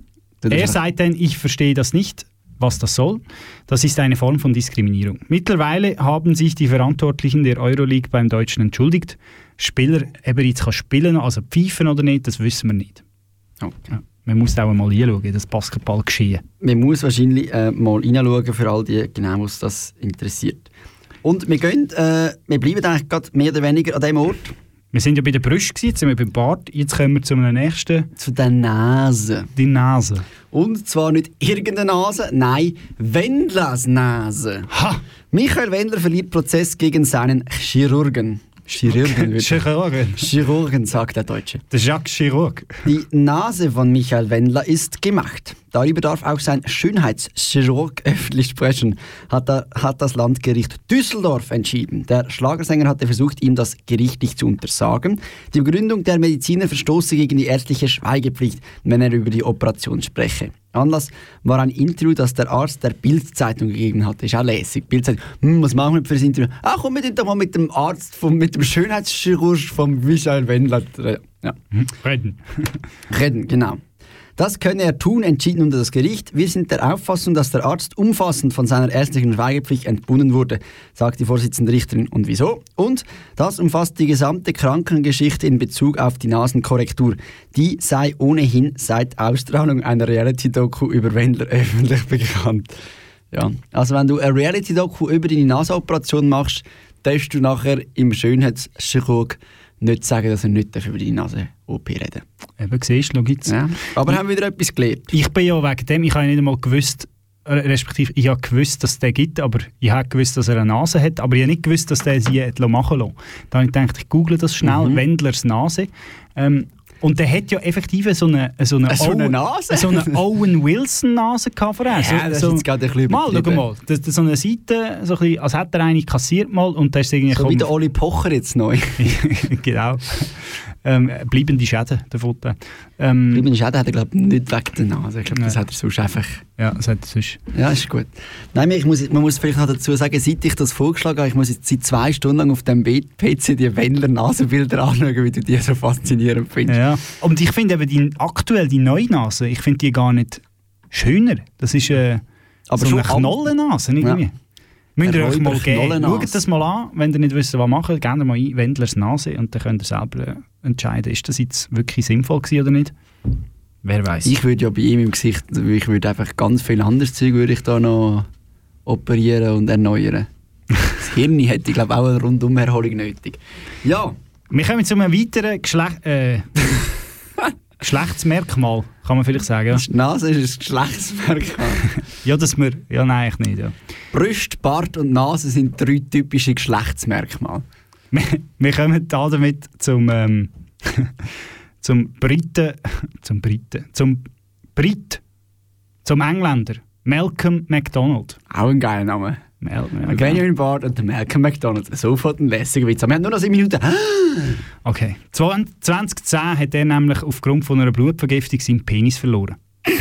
Er sagt dann, ich verstehe das nicht, was das soll. Das ist eine Form von Diskriminierung. Mittlerweile haben sich die Verantwortlichen der Euroleague beim Deutschen entschuldigt. Spieler, ob er jetzt kann spielen, also pfeifen oder nicht, das wissen wir nicht. Okay. Ja, man muss auch mal hinschauen, das Basketball geschehen. Man muss wahrscheinlich äh, mal reinschauen für all die, genau, was das interessiert. Und wir gehen, äh, wir bleiben eigentlich gerade mehr oder weniger an dem Ort. Wir sind ja bei der Brust, jetzt sind wir beim Bart, jetzt kommen wir zu einem nächsten. Zu der Nase. Die Nase. Und zwar nicht irgendeine Nase, nein, Wendlers Nase. Ha! Michael Wendler verliert Prozess gegen seinen Chirurgen. Chirurgen, würde- Chirurgen. Chirurgen, sagt der Deutsche. Der Jacques Chirurg. Die Nase von Michael Wendler ist gemacht. Darüber darf auch sein Schönheitschirurg öffentlich sprechen, hat, er, hat das Landgericht Düsseldorf entschieden. Der Schlagersänger hatte versucht, ihm das gerichtlich zu untersagen. Die Begründung, der Mediziner verstoße gegen die ärztliche Schweigepflicht, wenn er über die Operation spreche. Anlass war ein Interview, das der Arzt der Bild-Zeitung gegeben hatte. Ist auch lässig. Bild-Zeitung, hm, was machen wir für ein Interview? Ach komm, wir tun doch mal mit dem Arzt, vom, mit dem Schönheitschirurg von Michael Wendler. Ja. Reden. Reden, genau. Das könne er tun, entschieden unter das Gericht. Wir sind der Auffassung, dass der Arzt umfassend von seiner ärztlichen Schweigepflicht entbunden wurde, sagt die Vorsitzende Richterin. Und wieso? Und das umfasst die gesamte Krankengeschichte in Bezug auf die Nasenkorrektur. Die sei ohnehin seit Ausstrahlung einer Reality-Doku über Wendler öffentlich bekannt. Ja, also wenn du eine Reality-Doku über deine Nasenoperation machst, darfst du nachher im Schönheitschirurg nicht sagen, dass er nicht über deine Nase-O P reden darf. Eben, siehst du, schau jetzt. Ja. Aber ich, haben wir wieder etwas gelernt? Ich bin ja wegen dem, ich habe nicht einmal gewusst, respektive ich habe gewusst, dass es den gibt, aber ich habe gewusst, dass er eine Nase hat, aber ich habe nicht gewusst, dass der sie hat machen lassen. Da habe ich gedacht, ich google das schnell, mhm. Wendlers Nase. Ähm, und der hat ja effektiv so eine, so eine, so eine Owen, Nase? so eine Owen Wilson-Nase vorher. Ja, so, das so, ist jetzt gerade ein bisschen mal, schau übertrieben. mal, das, das so eine Seite, so ein bisschen, als hätte er eine kassiert mal und da ist irgendwie... So wie der Oli Pocher jetzt neu. Genau. Ähm, bleibende Schäden davon. Ähm, bleibende Schäden hat er, glaube ich, nicht wegen der Nase. Ich glaube, das ja. hat er sonst einfach... Ja, das hat er sonst. Ja, ist gut. Nein, ich muss, man muss vielleicht noch dazu sagen, seit ich das vorgeschlagen habe, ich muss jetzt seit zwei Stunden lang auf dem P C die Wendler-Nasenbilder anschauen, wie du die so faszinierend findest. Ja. Und ich finde eben die, aktuell die neue Nase, ich finde die gar nicht schöner. Das ist äh, Aber so schon eine Knollennase irgendwie. Ja. Müsst ihr euch mal geben. Knollennase. Schaut das mal an, wenn ihr nicht wisst, was machen, gerne mal ein Wendlers Nase und dann könnt ihr selber äh, entscheiden, ist das jetzt wirklich sinnvoll gewesen oder nicht. Wer weiß. Ich würde ja bei ihm im Gesicht, ich würde einfach ganz viel anderes Zeug würde ich da noch operieren und erneuern. Das Hirn hätte ich glaube auch eine Rundumherholung nötig. Ja. Wir kommen zu einem weiteren Geschlecht, äh, Geschlechtsmerkmal, kann man vielleicht sagen. Ja. Die Nase ist ein Geschlechtsmerkmal. Ja, dass wir, ja nein, eigentlich nicht. Ja. Brust, Bart und Nase sind drei typische Geschlechtsmerkmale. Wir, wir kommen da damit zum, ähm, zum Briten, zum Briten, zum Brit, zum Engländer, Malcolm MacDonald. Auch ein geiler Name. Mal, Mal, Benjamin Bart und der Malcolm MacDonald. Sofort ein lässiger Witz. Wir haben nur noch sieben Minuten. Okay. zwanzig zehn hat er nämlich aufgrund von einer Blutvergiftung seinen Penis verloren.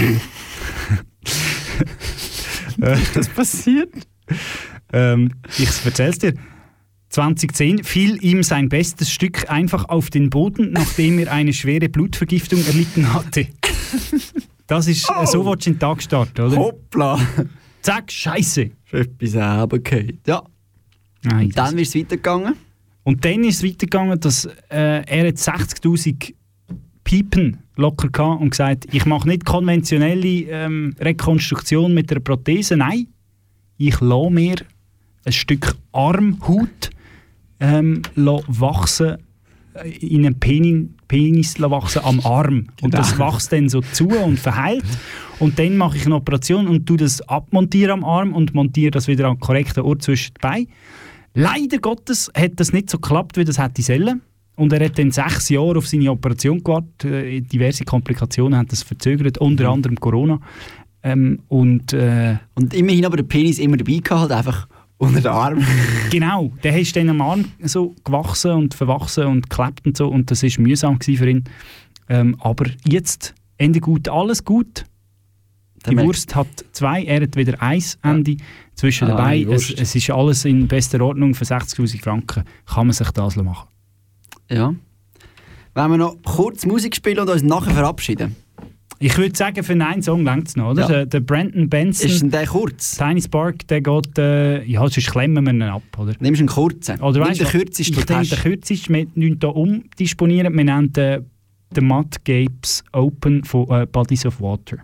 Ist das passiert? ähm, ich erzähl's dir. zwanzig zehn fiel ihm sein bestes Stück einfach auf den Boden, nachdem er eine schwere Blutvergiftung erlitten hatte. Das ist, oh. So willst du den Tag starten, oder? Hoppla! Zack, Scheiße! Etwas runtergefallen. Ja. Nein, und dann ist es weitergegangen? Und dann ist es weitergegangen, dass äh, er sechzigtausend Piepen locker hatte und gesagt, ich mache nicht konventionelle ähm, Rekonstruktion mit einer Prothese, nein, ich lasse mir ein Stück Armhaut ähm, wachsen, in einen Penis, Penis wachsen am Arm. Und genau. Das wächst dann so zu und verheilt. Und dann mache ich eine Operation und tue das abmontieren am Arm und montiere das wieder an den korrekten Ort zwischen den Beinen. Leider Gottes hat das nicht so geklappt, wie das hätte sollen. Und er hat dann sechs Jahre auf seine Operation gewartet. Diverse Komplikationen haben das verzögert, unter anderem Corona. Ähm, und, äh, und immerhin aber der Penis immer dabei gehabt, einfach unter den Arm. Genau, der ist dann am Arm so gewachsen und verwachsen und geklebt und so und das war mühsam für ihn. Ähm, aber jetzt Ende gut, alles gut. Die Wurst hat zwei, er hat wieder ein Ende zwischen Ah, dabei. die Es, Wurst. es ist alles in bester Ordnung. Für sechzigtausend Franken kann man sich das machen. Ja. Wenn wir noch kurz Musik spielen und uns nachher verabschieden. Ich würde sagen, für einen Song längt es noch, oder? Ja. Der, der Brandon Benson. Ist denn der kurz? Tiny Spark, der geht, äh, ja, sonst klemmen wir ihn ab, oder? Nimmst du einen kurzen? Oder Nimm weißt den du, kürzesten, ich den du denke, der hast. kürzeste, wir müssen hier umdisponieren. Wir nennen den, den Matt Gapes Open von äh, Bodies of Water.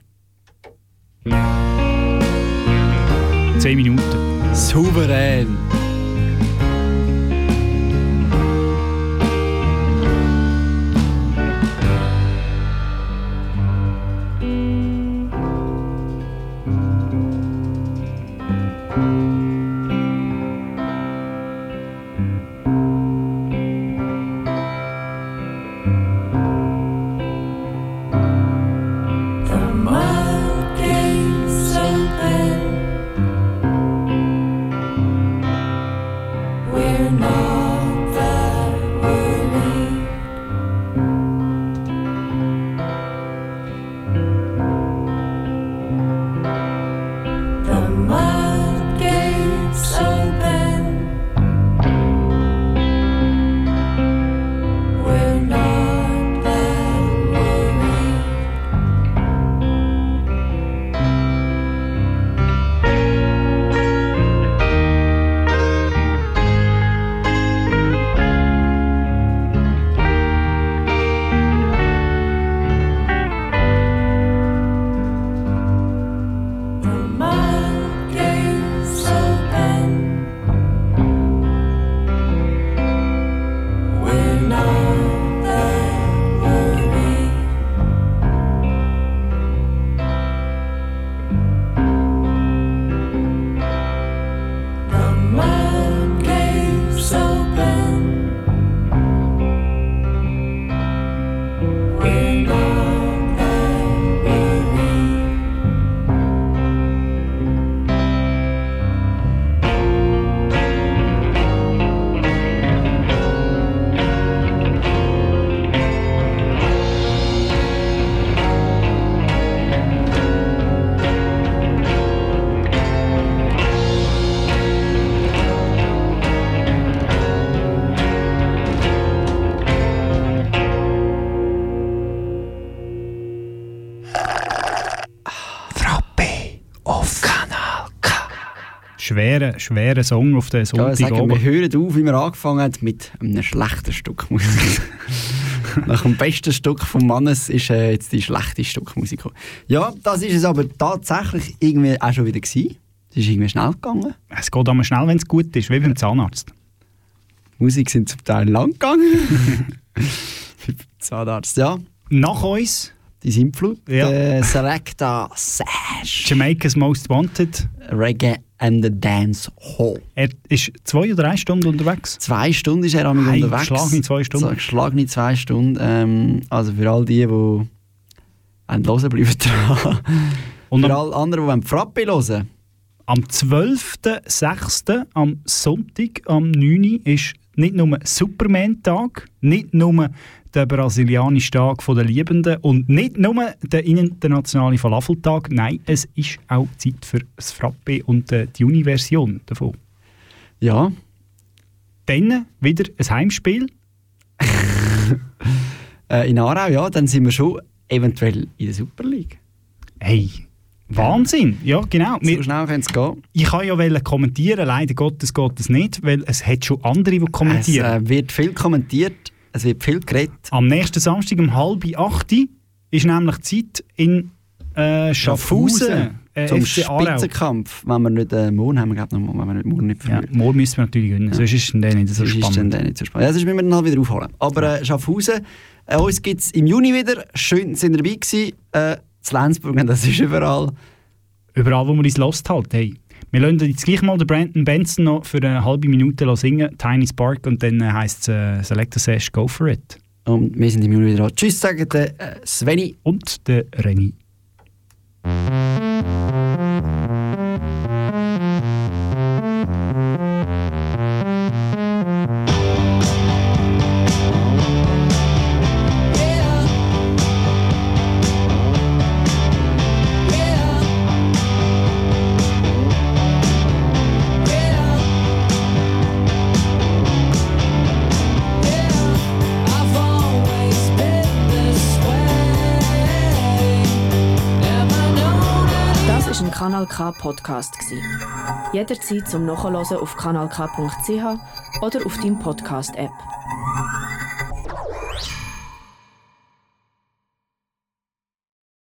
Zehn Minuten. Souverän. The mud gates open. We're not that worried. The mud gates open. We're not that worried. The mud gates open. We're not that worried. The mud gates open. We're not that worried. Auf Kanal K. Schwerer, schwerer Song auf den Ja, sagen, Sonntagabend. wir hören auf, wie wir angefangen haben, mit einem schlechten Stück Musik. Nach dem besten Stück von Mannes ist äh, jetzt die schlechte Stück Musik gekommen. Ja, das ist es aber tatsächlich irgendwie auch schon wieder gewesen. Es ist irgendwie schnell gegangen. Es geht aber schnell, wenn es gut ist, wie beim Zahnarzt. Musik sind zum Teil lang gegangen. Wie beim Zahnarzt, ja. Nach uns die Sintflut, Ja. der Selecta Sash. Jamaica's Most Wanted. Reggae and the Dance Hall. Er ist zwei oder drei Stunden unterwegs. Zwei Stunden ist er am Hey, unterwegs. geschlagene zwei Stunden. So, geschlagene zwei Stunden. Ähm, also für all die, die hören bleiben dran. Und für alle anderen, die Frappe hören. Am zwölften sechsten am Sonntag, am neunten ist nicht nur Superman-Tag, nicht nur der brasilianische Tag der Liebenden und nicht nur der internationale Falafeltag. Nein, es ist auch Zeit für das Frappe und äh, die Uni-Version davon. Ja. Dann wieder ein Heimspiel. äh, in Aarau, ja, dann sind wir schon eventuell in der Super League. Hey, Wahnsinn! Ja, genau. So schnell kann es gehen. Ich kann ja wollen kommentieren, leider Gottes geht es nicht, weil es hat schon andere, die kommentieren. Es äh, wird viel kommentiert, es wird viel geredet. Am nächsten Samstag um halb acht ist nämlich Zeit in äh, Schaffhausen. Äh, Zum F C Aarau. Spitzenkampf. Wenn wir nicht äh, morgen haben, wir, glaub, noch, wenn wir nicht, morgen nicht Ja, verlieren. morgen müssen wir natürlich gewinnen, Ja. sonst ist es dann nicht so Sonst ist spannend. dann nicht so spannend. Ja, sonst müssen wir dann halt wieder aufholen. Aber äh, Schaffhausen, äh, uns gibt es im Juni wieder. Schön, dass ihr dabei gewesen. Äh, zu Lenzburg, das ist überall. Überall, wo wir uns lost halt. Hey. Wir lassen jetzt gleich mal den Brandon Benson noch für eine halbe Minute singen, Tiny Spark, und dann äh, heisst es äh, Select a Sesh, go for it. Und wir sind im Juni wieder da. Tschüss, sagen der äh, Sveni und der Reni. Thank you. war ein Kanal K Podcast. Jederzeit zum Nachhören auf kanal k punkt c h oder auf deinem Podcast-App.